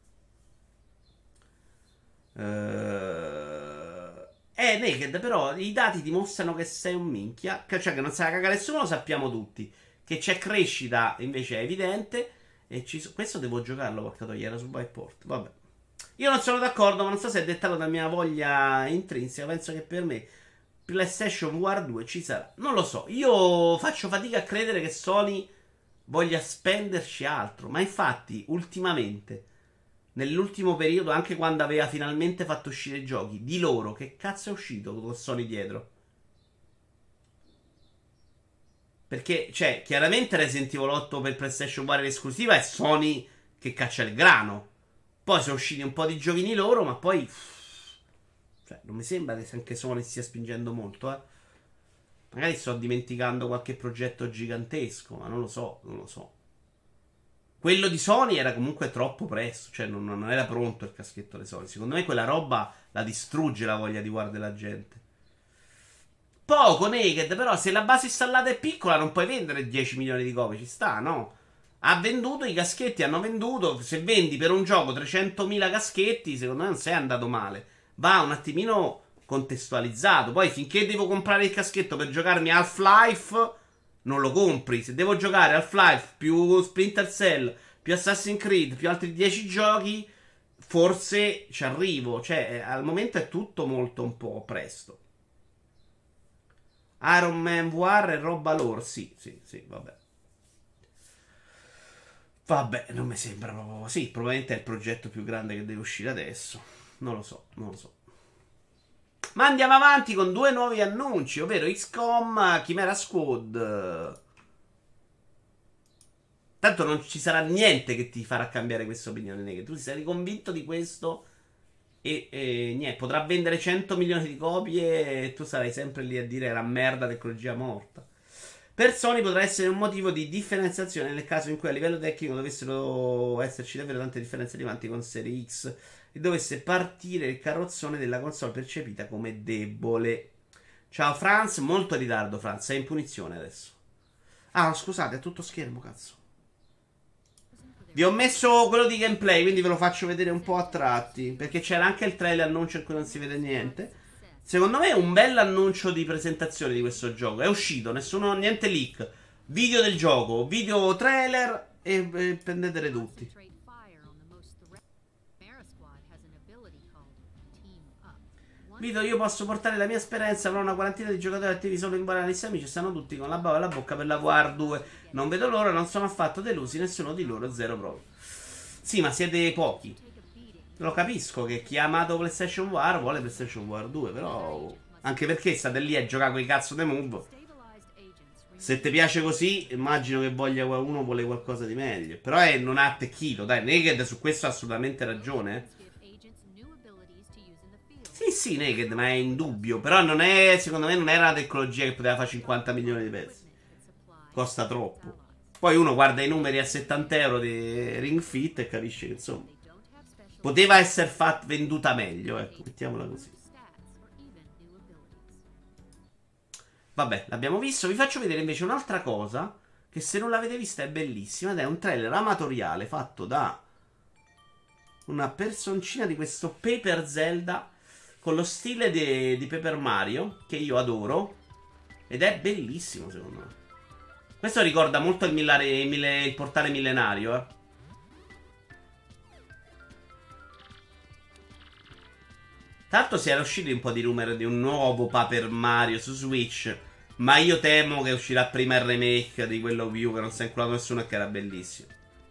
Speaker 1: Naked, però i dati dimostrano che sei un minchia. Cioè che non se la caga nessuno, lo sappiamo tutti. Che c'è crescita, invece è evidente. E questo devo giocarlo, porca troia, era su Byport. Vabbè. Io non sono d'accordo, ma non so se è dettato da mia voglia intrinseca. Penso che per me PlayStation VR 2 ci sarà. Non lo so, io faccio fatica a credere che Sony voglia spenderci altro. Ma infatti, ultimamente, nell'ultimo periodo, anche quando aveva finalmente fatto uscire i giochi, di loro, che cazzo è uscito con Sony dietro? Perché, cioè, chiaramente Resident Evil 8 per PlayStation VR in esclusiva è Sony che caccia il grano. Poi sono usciti un po' di giochini loro, ma poi... Cioè, non mi sembra che anche Sony stia spingendo molto, eh. Magari sto dimenticando qualche progetto gigantesco, ma non lo so, non lo so. Quello di Sony era comunque troppo presto, cioè non era pronto il caschetto di Sony. Secondo me quella roba la distrugge la voglia di guardare la gente. Poco Naked, però se la base installata è piccola non puoi vendere 10 milioni di copie, ci sta, no? Ha venduto, i caschetti hanno venduto, se vendi per un gioco 300.000 caschetti, secondo me non sei andato male. Va un attimino contestualizzato. Poi finché devo comprare il caschetto per giocarmi Half-Life, non lo compri. Se devo giocare Half-Life più Splinter Cell, più Assassin's Creed, più altri 10 giochi, forse ci arrivo. Cioè, al momento è tutto molto un po' presto. Iron Man VR e roba loro. Sì, sì, sì, vabbè. Vabbè, non mi sembra proprio. Sì, probabilmente è il progetto più grande che deve uscire adesso. Non lo so, non lo so. Ma andiamo avanti con due nuovi annunci, ovvero XCOM Chimera Squad. Tanto non ci sarà niente che ti farà cambiare questa opinione, che tu sei convinto di questo e niente, potrà vendere 100 milioni di copie e tu sarai sempre lì a dire era merda, tecnologia morta. Per Sony potrà essere un motivo di differenziazione nel caso in cui a livello tecnico dovessero esserci davvero tante differenze rilevanti con Serie X e dovesse partire il carrozzone della console percepita come debole. Ciao Franz, molto in ritardo Franz, sei in punizione adesso. Ah, scusate, è tutto schermo, cazzo. Vi ho messo quello di gameplay, quindi ve lo faccio vedere un po' a tratti, perché c'era anche il trailer annuncio in cui non si vede niente. Secondo me è un bel annuncio di presentazione di questo gioco. È uscito, niente leak. Video del gioco, video trailer e prendetene tutti. Vito, io posso portare la mia esperienza, avrò una quarantina di giocatori attivi solo in Borderlands amici, stanno tutti con la bava alla bocca per la VR 2. Non vedo l'ora, non sono affatto delusi, nessuno di loro, zero proprio. Sì, ma siete pochi. Lo capisco che chi ha amato PlayStation VR vuole PlayStation VR 2, però... Anche perché state lì a giocare con i cazzo dei move. Se ti piace così, immagino che voglia uno vuole qualcosa di meglio. Però non ha attecchito, dai, Naked su questo ha assolutamente ragione, eh. Sì, sì, Naked, ma è indubbio. Però non è, secondo me, non era una tecnologia che poteva fare 50 milioni di pezzi. Costa troppo. Poi uno guarda i numeri a 70 euro di Ring Fit e capisce che, insomma, poteva essere venduta meglio, ecco, mettiamola così. Vabbè, l'abbiamo visto. Vi faccio vedere invece un'altra cosa, che se non l'avete vista è bellissima, ed è un trailer amatoriale fatto da una personcina di questo Paper Zelda con lo stile di Paper Mario, che io adoro, ed è bellissimo secondo me. Questo ricorda molto il portale millenario, eh. Tanto si era usciti un po' di rumore di un nuovo Paper Mario su Switch, ma io temo che uscirà prima il remake di quello Wii U che non si è inculato nessuno e che era bellissimo.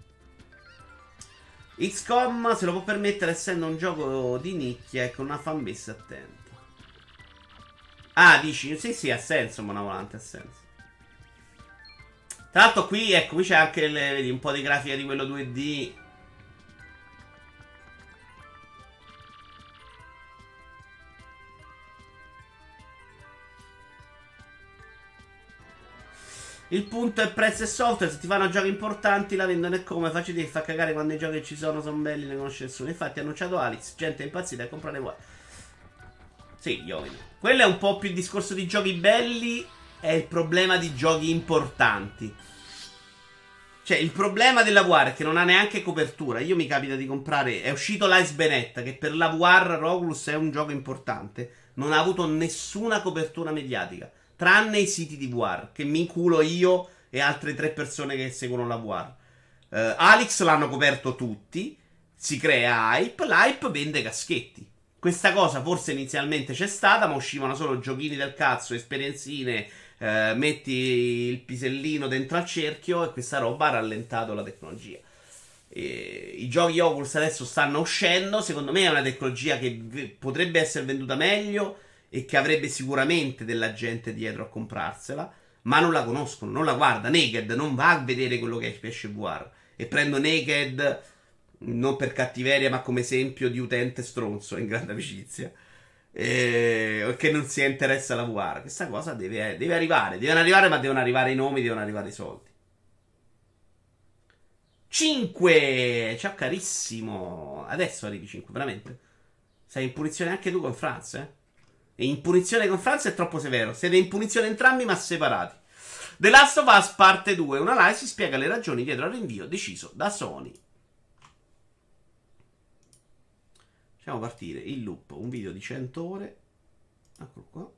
Speaker 1: XCOM se lo può permettere essendo un gioco di nicchia e con una fanbase attenta. Ah, dici? Sì, sì, ha senso, Monavolante, ha senso. Tra l'altro qui, ecco, qui c'è anche vedi, un po' di grafica di quello 2D. Il punto è prezzo e software. Se ti fanno giochi importanti la vendono e come facile fa cagare quando i giochi ci sono belli, ne conosce nessuno. Infatti ha annunciato Alex, gente impazzita a comprare qua. Sì, Iovine. Quello è un po' più il discorso di giochi belli. È il problema di giochi importanti. Cioè il problema della VR è che non ha neanche copertura. Io mi capita di comprare, è uscito l'Ice Benetta, che per la VR Roglus è un gioco importante. Non ha avuto nessuna copertura mediatica, tranne i siti di VR, che mi inculo io e altre 3 persone che seguono la VR. Alex l'hanno coperto tutti, si crea hype, l'hype vende caschetti. Questa cosa forse inizialmente c'è stata, ma uscivano solo giochini del cazzo, esperienzine, metti il pisellino dentro al cerchio e questa roba ha rallentato la tecnologia. I giochi Oculus adesso stanno uscendo, secondo me è una tecnologia che potrebbe essere venduta meglio e che avrebbe sicuramente della gente dietro a comprarsela, ma non la conoscono, non la guarda. Naked non va a vedere quello che esce VR. E prendo Naked non per cattiveria, ma come esempio di utente stronzo in grande amicizia. Che non si interessa alla VR. Questa cosa deve arrivare. Devono arrivare, ma devono arrivare i nomi, devono arrivare i soldi. 5! Ciao carissimo. Adesso arrivi 5, veramente. Sei in punizione anche tu con Franz, eh? E in punizione con Franz è troppo severo. Siete in punizione entrambi, ma separati. The Last of Us parte 2. Un'analisi spiega le ragioni dietro al rinvio deciso da Sony. Facciamo partire il loop. Un video di 100 ore. Eccolo qua.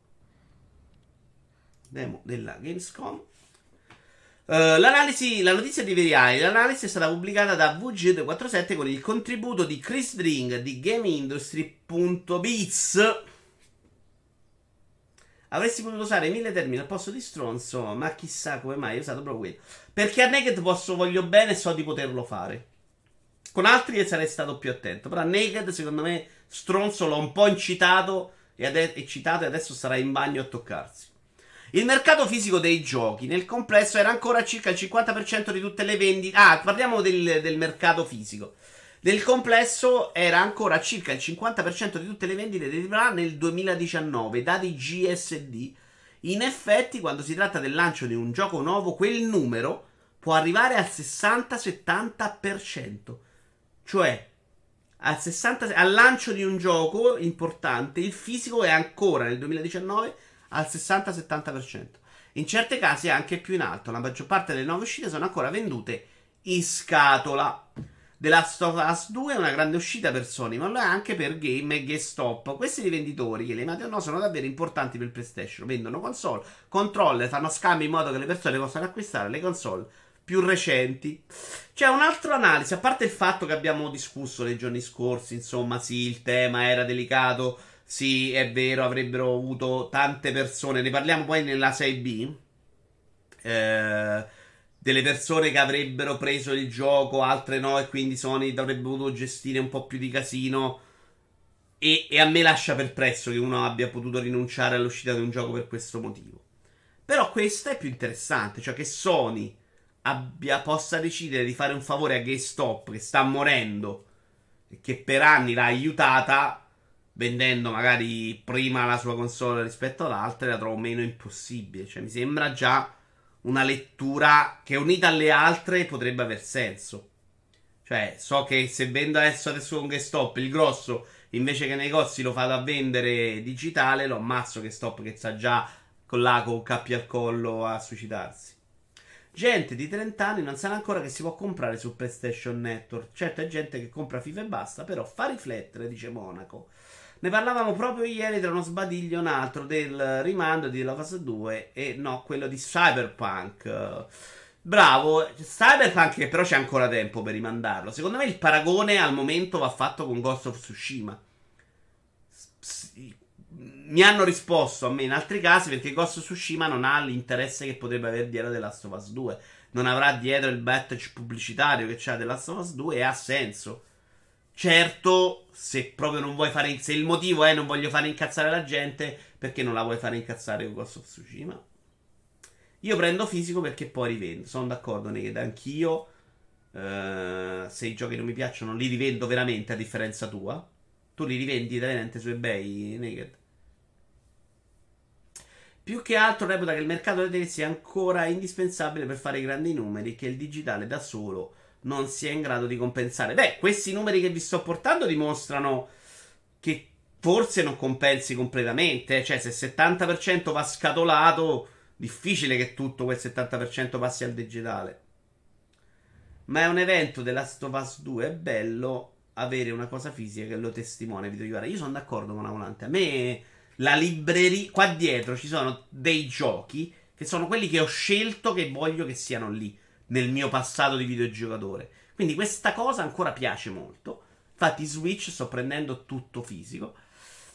Speaker 1: Demo della Gamescom. L'analisi, la notizia di VRI, l'analisi è stata pubblicata da VG247 con il contributo di Chris Dring di GameIndustry.biz. Avresti potuto usare 1000 termini al posto di stronzo, ma chissà come mai hai usato proprio quello. Perché a Naked voglio bene e so di poterlo fare. Con altri sarei stato più attento. Però a Naked, secondo me, stronzo l'ho un po' incitato e adesso sarà in bagno a toccarsi. Il mercato fisico dei giochi nel complesso era ancora circa il 50% di tutte le vendite. Parliamo del mercato fisico. Nel complesso era ancora circa il 50% di tutte le vendite di AAA nel 2019, dati GSD. In effetti, quando si tratta del lancio di un gioco nuovo, quel numero può arrivare al 60-70%. Cioè, al lancio di un gioco importante, il fisico è ancora nel 2019 al 60-70%. In certi casi è anche più in alto. La maggior parte delle nuove uscite sono ancora vendute in scatola. The Last of Us 2 è una grande uscita per Sony, ma lo è anche per Game e GameStop. Questi rivenditori, che le amate o no, sono davvero importanti per il PlayStation. Vendono console, controller, fanno scambi in modo che le persone possano acquistare le console più recenti. C'è un'altra analisi, a parte il fatto che abbiamo discusso nei giorni scorsi, insomma, sì, il tema era delicato, sì, è vero, avrebbero avuto tante persone, ne parliamo poi nella 6B, delle persone che avrebbero preso il gioco, altre no, e quindi Sony avrebbe potuto gestire un po' più di casino. E a me lascia perplesso che uno abbia potuto rinunciare all'uscita di un gioco per questo motivo. Però questa è più interessante, cioè che Sony possa decidere di fare un favore a GameStop che sta morendo e che per anni l'ha aiutata vendendo magari prima la sua console rispetto ad altre, la trovo meno impossibile. Cioè mi sembra già una lettura che unita alle altre potrebbe aver senso. Cioè so che se vendo adesso con GameStop il grosso, invece che nei negozi lo vado a vendere digitale, lo ammazzo GameStop che sta già con cappi al collo a suicidarsi. Gente di 30 anni non sa ancora che si può comprare su PlayStation Network. Certo è gente che compra FIFA e basta, però fa riflettere, dice Monaco. Ne parlavamo proprio ieri tra uno sbadiglio e un altro del rimando di La Fase 2 e no, quello di Cyberpunk. Bravo, Cyberpunk che però c'è ancora tempo per rimandarlo. Secondo me il paragone al momento va fatto con Ghost of Tsushima. Mi hanno risposto a me in altri casi perché Ghost of Tsushima non ha l'interesse che potrebbe avere dietro The Last of Us 2. Non avrà dietro il batch pubblicitario che c'ha The Last of Us 2 e ha senso. Certo, se proprio non vuoi fare. Se il motivo è non voglio fare incazzare la gente, perché non la vuoi fare incazzare con Ghost of Tsushima? Io prendo fisico perché poi rivendo. Sono d'accordo, Naked, anch'io. Se i giochi non mi piacciono, li rivendo veramente, a differenza tua. Tu li rivendi veramente su eBay, Naked? Più che altro reputa che il mercato dei sia ancora indispensabile per fare grandi numeri, che il digitale da solo non sia in grado di compensare. Beh, questi numeri che vi sto portando dimostrano che forse non compensi completamente. Cioè, se il 70% va scatolato, difficile che tutto quel 70% passi al digitale. Ma è un evento della Last of Us 2, è bello avere una cosa fisica che lo testimonia. Io sono d'accordo con Avolante. A me la libreria, qua dietro ci sono dei giochi che sono quelli che ho scelto, che voglio che siano lì nel mio passato di videogiocatore. Quindi questa cosa ancora piace molto. Infatti Switch sto prendendo tutto fisico.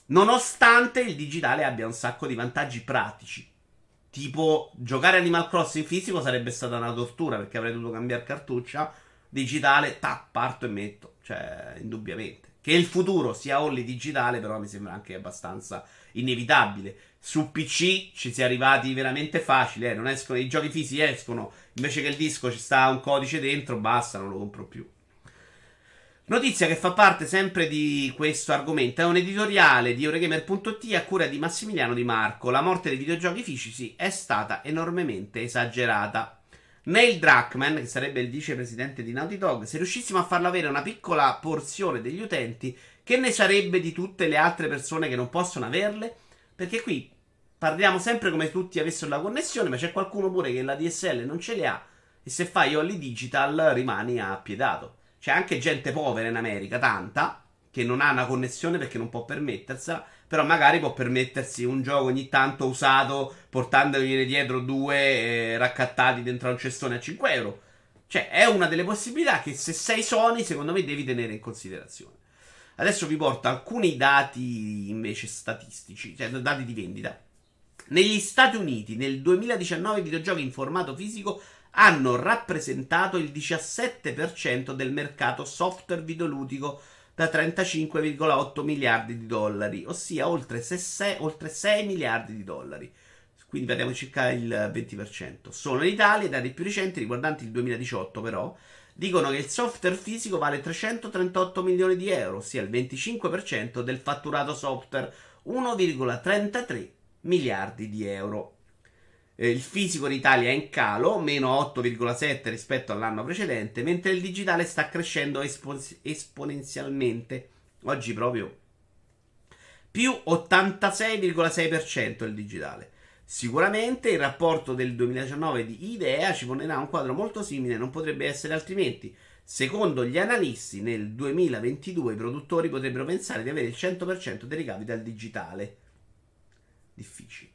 Speaker 1: Nonostante il digitale abbia un sacco di vantaggi pratici. Tipo, giocare Animal Crossing fisico sarebbe stata una tortura perché avrei dovuto cambiare cartuccia. Digitale, tac, parto e metto. Cioè, indubbiamente. Che il futuro sia only digitale, però mi sembra anche abbastanza inevitabile. Su PC ci si è arrivati veramente facile. Non escono, i giochi fisici escono. Invece che il disco ci sta un codice dentro, basta, non lo compro più. Notizia che fa parte sempre di questo argomento. È un editoriale di Eurogamer.it a cura di Massimiliano Di Marco. La morte dei videogiochi fisici è stata enormemente esagerata. Neil Druckmann, che sarebbe il vicepresidente di Naughty Dog, se riuscissimo a farlo avere una piccola porzione degli utenti, che ne sarebbe di tutte le altre persone che non possono averle? Perché qui parliamo sempre come se tutti avessero la connessione, ma c'è qualcuno pure che la DSL non ce le ha e se fai Only Digital rimani appiedato. C'è anche gente povera in America, tanta, che non ha una connessione perché non può permettersela, però magari può permettersi un gioco ogni tanto usato, portandogliene dietro due raccattati dentro a un cestone a 5 euro. Cioè, è una delle possibilità che se sei Sony, secondo me, devi tenere in considerazione. Adesso vi porto alcuni dati invece statistici, cioè dati di vendita. Negli Stati Uniti, nel 2019, i videogiochi in formato fisico hanno rappresentato il 17% del mercato software videoludico da 35,8 miliardi di dollari, ossia oltre 6 miliardi di dollari. Quindi parliamo di circa il 20%. Solo in Italia, i dati più recenti riguardanti il 2018 però, dicono che il software fisico vale 338 milioni di euro, ossia il 25% del fatturato software, 1,33 miliardi di euro. Il fisico in Italia è in calo, meno 8,7 rispetto all'anno precedente, mentre il digitale sta crescendo esponenzialmente. Oggi proprio più 86,6% il digitale. Sicuramente il rapporto del 2019 di IDEA ci ponerà un quadro molto simile, non potrebbe essere altrimenti. Secondo gli analisti, nel 2022 i produttori potrebbero pensare di avere il 100% dei ricavi dal digitale. Difficile.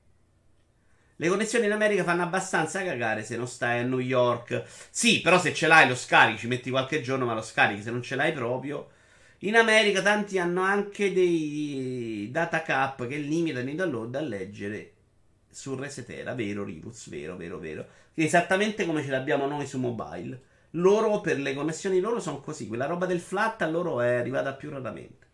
Speaker 1: Le connessioni in America fanno abbastanza cagare se non stai a New York. Sì, però se ce l'hai lo scarichi, ci metti qualche giorno ma lo scarichi, se non ce l'hai proprio. In America tanti hanno anche dei data cap che limitano i download a leggere su Resetera, vero Rivuz, vero. Esattamente come ce l'abbiamo noi su mobile. Loro per le connessioni loro sono così, quella roba del flat a loro è arrivata più raramente.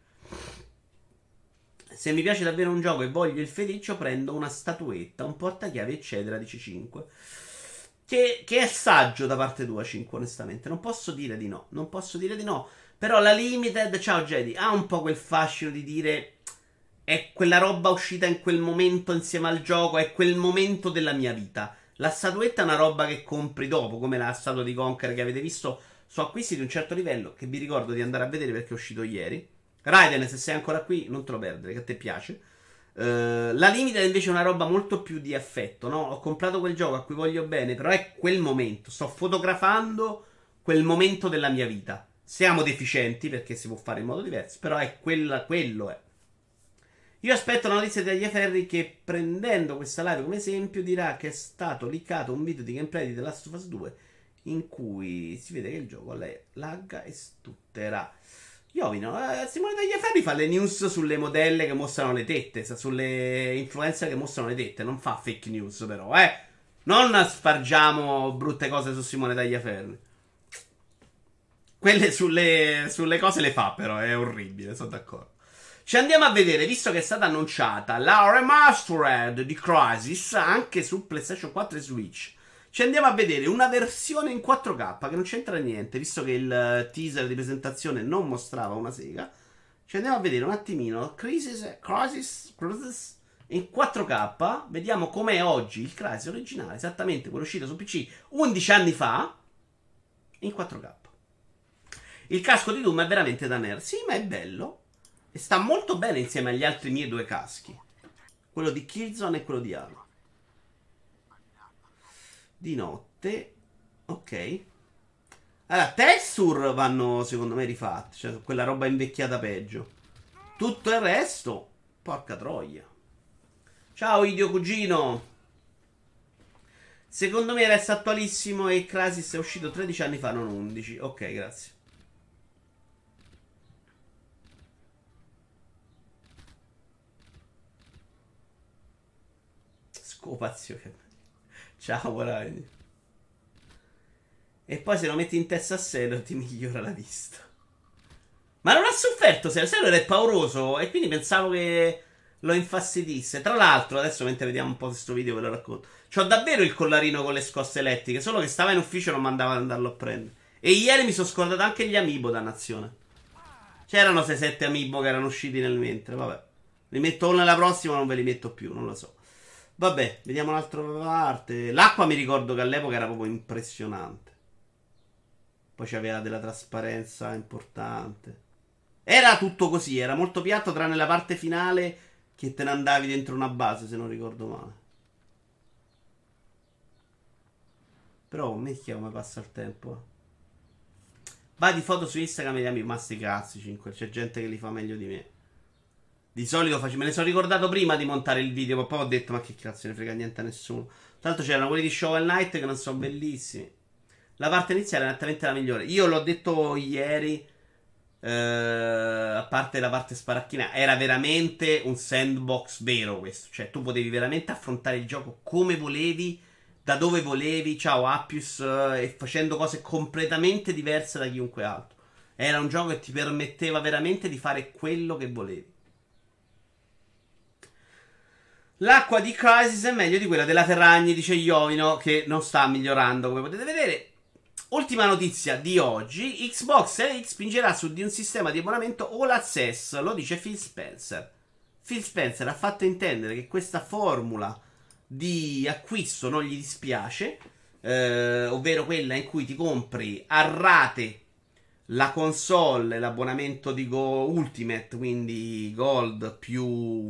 Speaker 1: Se mi piace davvero un gioco e voglio il feticcio, prendo una statuetta, un portachiavi, eccetera, dice 5. Che è saggio da parte tua, 5, onestamente. Non posso dire di no. Però la Limited, ciao Jedi, ha un po' quel fascino di dire è quella roba uscita in quel momento insieme al gioco, è quel momento della mia vita. La statuetta è una roba che compri dopo, come la statua di Conker che avete visto su acquisti di un certo livello, che vi ricordo di andare a vedere perché è uscito ieri. Raiden, se sei ancora qui, non te lo perdere, che a te piace. La Limited invece è una roba molto più di affetto, no? Ho comprato quel gioco a cui voglio bene, però è quel momento. Sto fotografando quel momento della mia vita. Siamo deficienti perché si può fare in modo diverso, però è quello è. Io aspetto la notizia di Tagliaferri che, prendendo questa live come esempio, dirà che è stato leakato un video di gameplay di The Last of Us 2 in cui si vede che il gioco lagga e stutterà. Iovino, Simone Tagliaferri fa le news sulle modelle che mostrano le tette, sulle influencer che mostrano le tette, non fa fake news però, non spargiamo brutte cose su Simone Tagliaferri. Quelle sulle cose le fa però, è orribile, sono d'accordo. Ci andiamo a vedere, visto che è stata annunciata la remastered di Crysis anche su PlayStation 4 e Switch. Ci andiamo a vedere una versione in 4K che non c'entra niente, visto che il teaser di presentazione non mostrava una sega. Ci andiamo a vedere un attimino Crysis in 4K. Vediamo com'è oggi il Crysis originale, esattamente quello uscito su PC 11 anni fa, in 4K. Il casco di Doom è veramente da nerd. Sì, ma è bello. E sta molto bene insieme agli altri miei due caschi. Quello di Killzone e quello di Halo. Di notte. Ok. Allora, texture vanno secondo me rifatti. Cioè, quella roba invecchiata peggio. Tutto il resto, porca troia. Ciao Idio cugino. Secondo me resta attualissimo e Crysis è uscito 13 anni fa, non 11. Ok, grazie. Scopazio. Ciao, guarda. E poi se lo metti in testa a Sailor ti migliora la vista. Ma non ha sofferto Sailor. Sailor è pauroso e quindi pensavo che lo infastidisse. Tra l'altro, adesso mentre vediamo un po' questo video ve lo racconto. C'ho davvero il collarino con le scosse elettriche, solo che stava in ufficio e non mandava ad andarlo a prendere. E ieri mi sono scordato anche gli amiibo, dannazione. C'erano 6-7 amiibo che erano usciti nel mentre, vabbè. Li metto nella prossima, non ve li metto più, non lo so. Vabbè, vediamo un'altra parte. L'acqua mi ricordo che all'epoca era proprio impressionante. Poi c'aveva della trasparenza importante. Era tutto così, era molto piatto tranne la parte finale che te ne andavi dentro una base, se non ricordo male. Però, minchia come passa il tempo. Vai di foto su Instagram e gli amici, ma sti cazzi 5, c'è gente che li fa meglio di me. Di solito me ne sono ricordato prima di montare il video, ma poi ho detto ma che cazzo ne frega niente a nessuno. Tra l'altro c'erano quelli di Shovel Knight che non sono bellissimi. La parte iniziale è nettamente la migliore. Io l'ho detto ieri, a parte la parte sparacchina, era veramente un sandbox vero questo. Cioè tu potevi veramente affrontare il gioco come volevi, da dove volevi, ciao Appius, e facendo cose completamente diverse da chiunque altro. Era un gioco che ti permetteva veramente di fare quello che volevi. L'acqua di Crysis è meglio di quella della Ferragni, dice Iovino, che non sta migliorando, come potete vedere. Ultima notizia di oggi: Xbox Series X spingerà su di un sistema di abbonamento All Access, lo dice Phil Spencer. Phil Spencer ha fatto intendere che questa formula di acquisto non gli dispiace, ovvero quella in cui ti compri a rate la console e l'abbonamento di Ultimate, quindi Gold più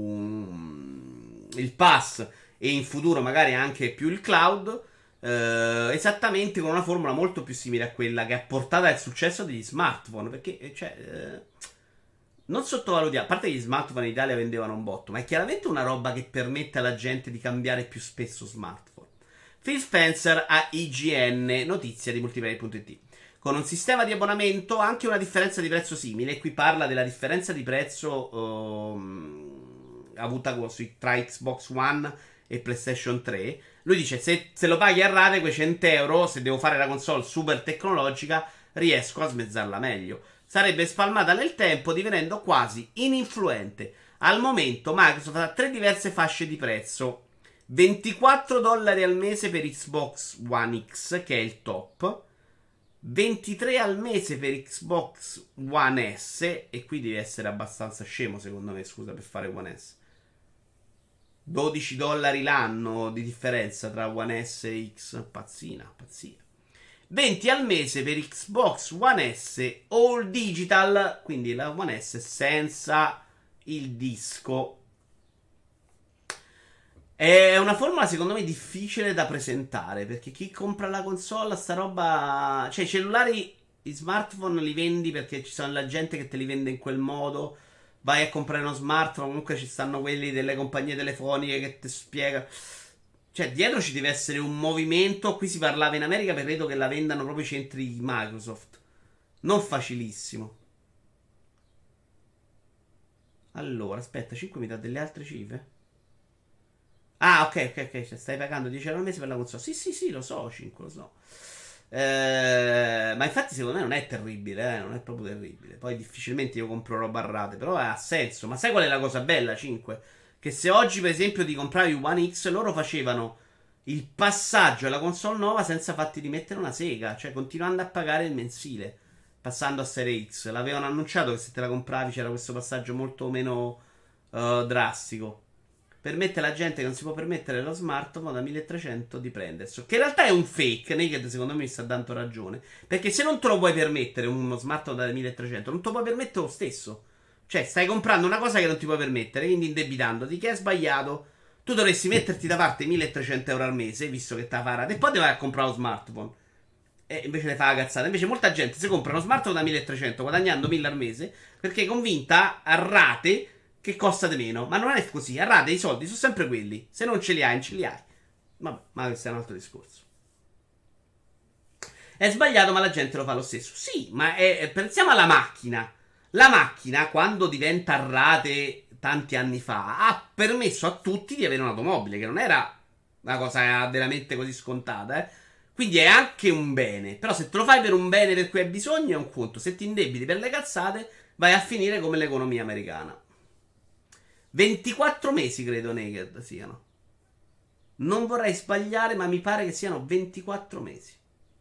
Speaker 1: il Pass e in futuro magari anche più il Cloud, esattamente con una formula molto più simile a quella che ha portato al successo degli smartphone, perché non sottovalutiamo, a parte che gli smartphone in Italia vendevano un botto, ma è chiaramente una roba che permette alla gente di cambiare più spesso smartphone. Phil Spencer a IGN, notizia di multiplayer.it. Con un sistema di abbonamento anche una differenza di prezzo simile. Qui parla della differenza di prezzo avuta tra Xbox One e PlayStation 3. Lui dice se lo paghi a rate quei 100 euro, se devo fare la console super tecnologica riesco a smezzarla meglio. Sarebbe spalmata nel tempo divenendo quasi ininfluente. Al momento Microsoft ha 3 diverse fasce di prezzo: $24 al mese per Xbox One X, che è il top, 23 al mese per Xbox One S, e qui devi essere abbastanza scemo secondo me, scusa, per fare One S. $12 l'anno di differenza tra One S e X, pazzia. 20 al mese per Xbox One S All Digital, quindi la One S senza il disco. È una formula secondo me difficile da presentare, perché chi compra la console sta roba, cioè i cellulari, i smartphone li vendi perché ci sono la gente che te li vende in quel modo. Vai a comprare uno smartphone, comunque ci stanno quelli delle compagnie telefoniche che ti spiegano. Cioè dietro ci deve essere un movimento. Qui si parlava in America, per credo che la vendano proprio i centri di Microsoft. Non facilissimo. Allora, aspetta, 5 mi dà delle altre cifre? Ah, ok, cioè, stai pagando 10 euro al mese per la console. Sì, lo so, 5, lo so. Ma infatti secondo me non è terribile, non è proprio terribile. Poi difficilmente io compro roba a rate, però ha senso. Ma sai qual è la cosa bella, 5? Che se oggi per esempio ti compravi One X, loro facevano il passaggio alla console nuova senza farti rimettere una sega, cioè continuando a pagare il mensile, passando a Serie X. L'avevano annunciato che se te la compravi c'era questo passaggio molto meno drastico. Permette alla gente che non si può permettere lo smartphone da 1300 di prenderselo. Che in realtà è un fake. Naked secondo me mi sta dando ragione. Perché se non te lo puoi permettere uno smartphone da 1300, non te lo puoi permettere lo stesso. Cioè stai comprando una cosa che non ti puoi permettere, quindi indebitandoti, che è sbagliato. Tu dovresti metterti da parte 1300 euro al mese, visto che te la farà, e poi ti vai a comprare lo smartphone. E invece le fa la cazzata. Invece molta gente si compra uno smartphone da 1300 guadagnando 1000 al mese perché è convinta a rate che costa di meno. Ma non è così. A rate i soldi sono sempre quelli. Se non ce li hai, non ce li hai. Vabbè, ma questo è un altro discorso. È sbagliato, ma la gente lo fa lo stesso. Sì, ma pensiamo alla macchina. La macchina, quando diventa a rate tanti anni fa, ha permesso a tutti di avere un'automobile, che non era una cosa veramente così scontata, eh. Quindi è anche un bene. Però se te lo fai per un bene per cui hai bisogno è un conto. Se ti indebiti per le cazzate, vai a finire come l'economia americana. 24 mesi credo Naked siano. Non vorrei sbagliare, ma mi pare che siano 24 mesi.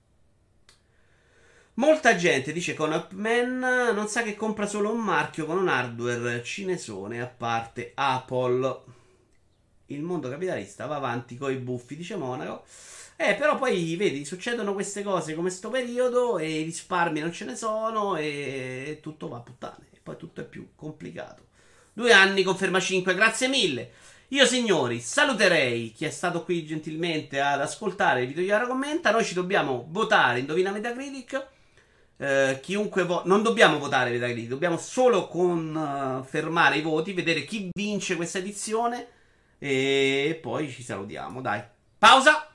Speaker 1: Molta gente dice con Upman non sa che compra solo un marchio con un hardware cinesone a parte Apple. Il mondo capitalista va avanti coi buffi, dice Monaco. Però poi vedi, succedono queste cose come sto periodo e i risparmi non ce ne sono e tutto va a puttane. E poi tutto è più complicato. 2 anni, conferma 5, grazie mille. Io signori saluterei chi è stato qui gentilmente ad ascoltare il video di Yara Commenta. Noi ci dobbiamo votare, indovina Metacritic. Non dobbiamo votare Metacritic, dobbiamo solo confermare i voti, vedere chi vince questa edizione e poi ci salutiamo, dai. Pausa!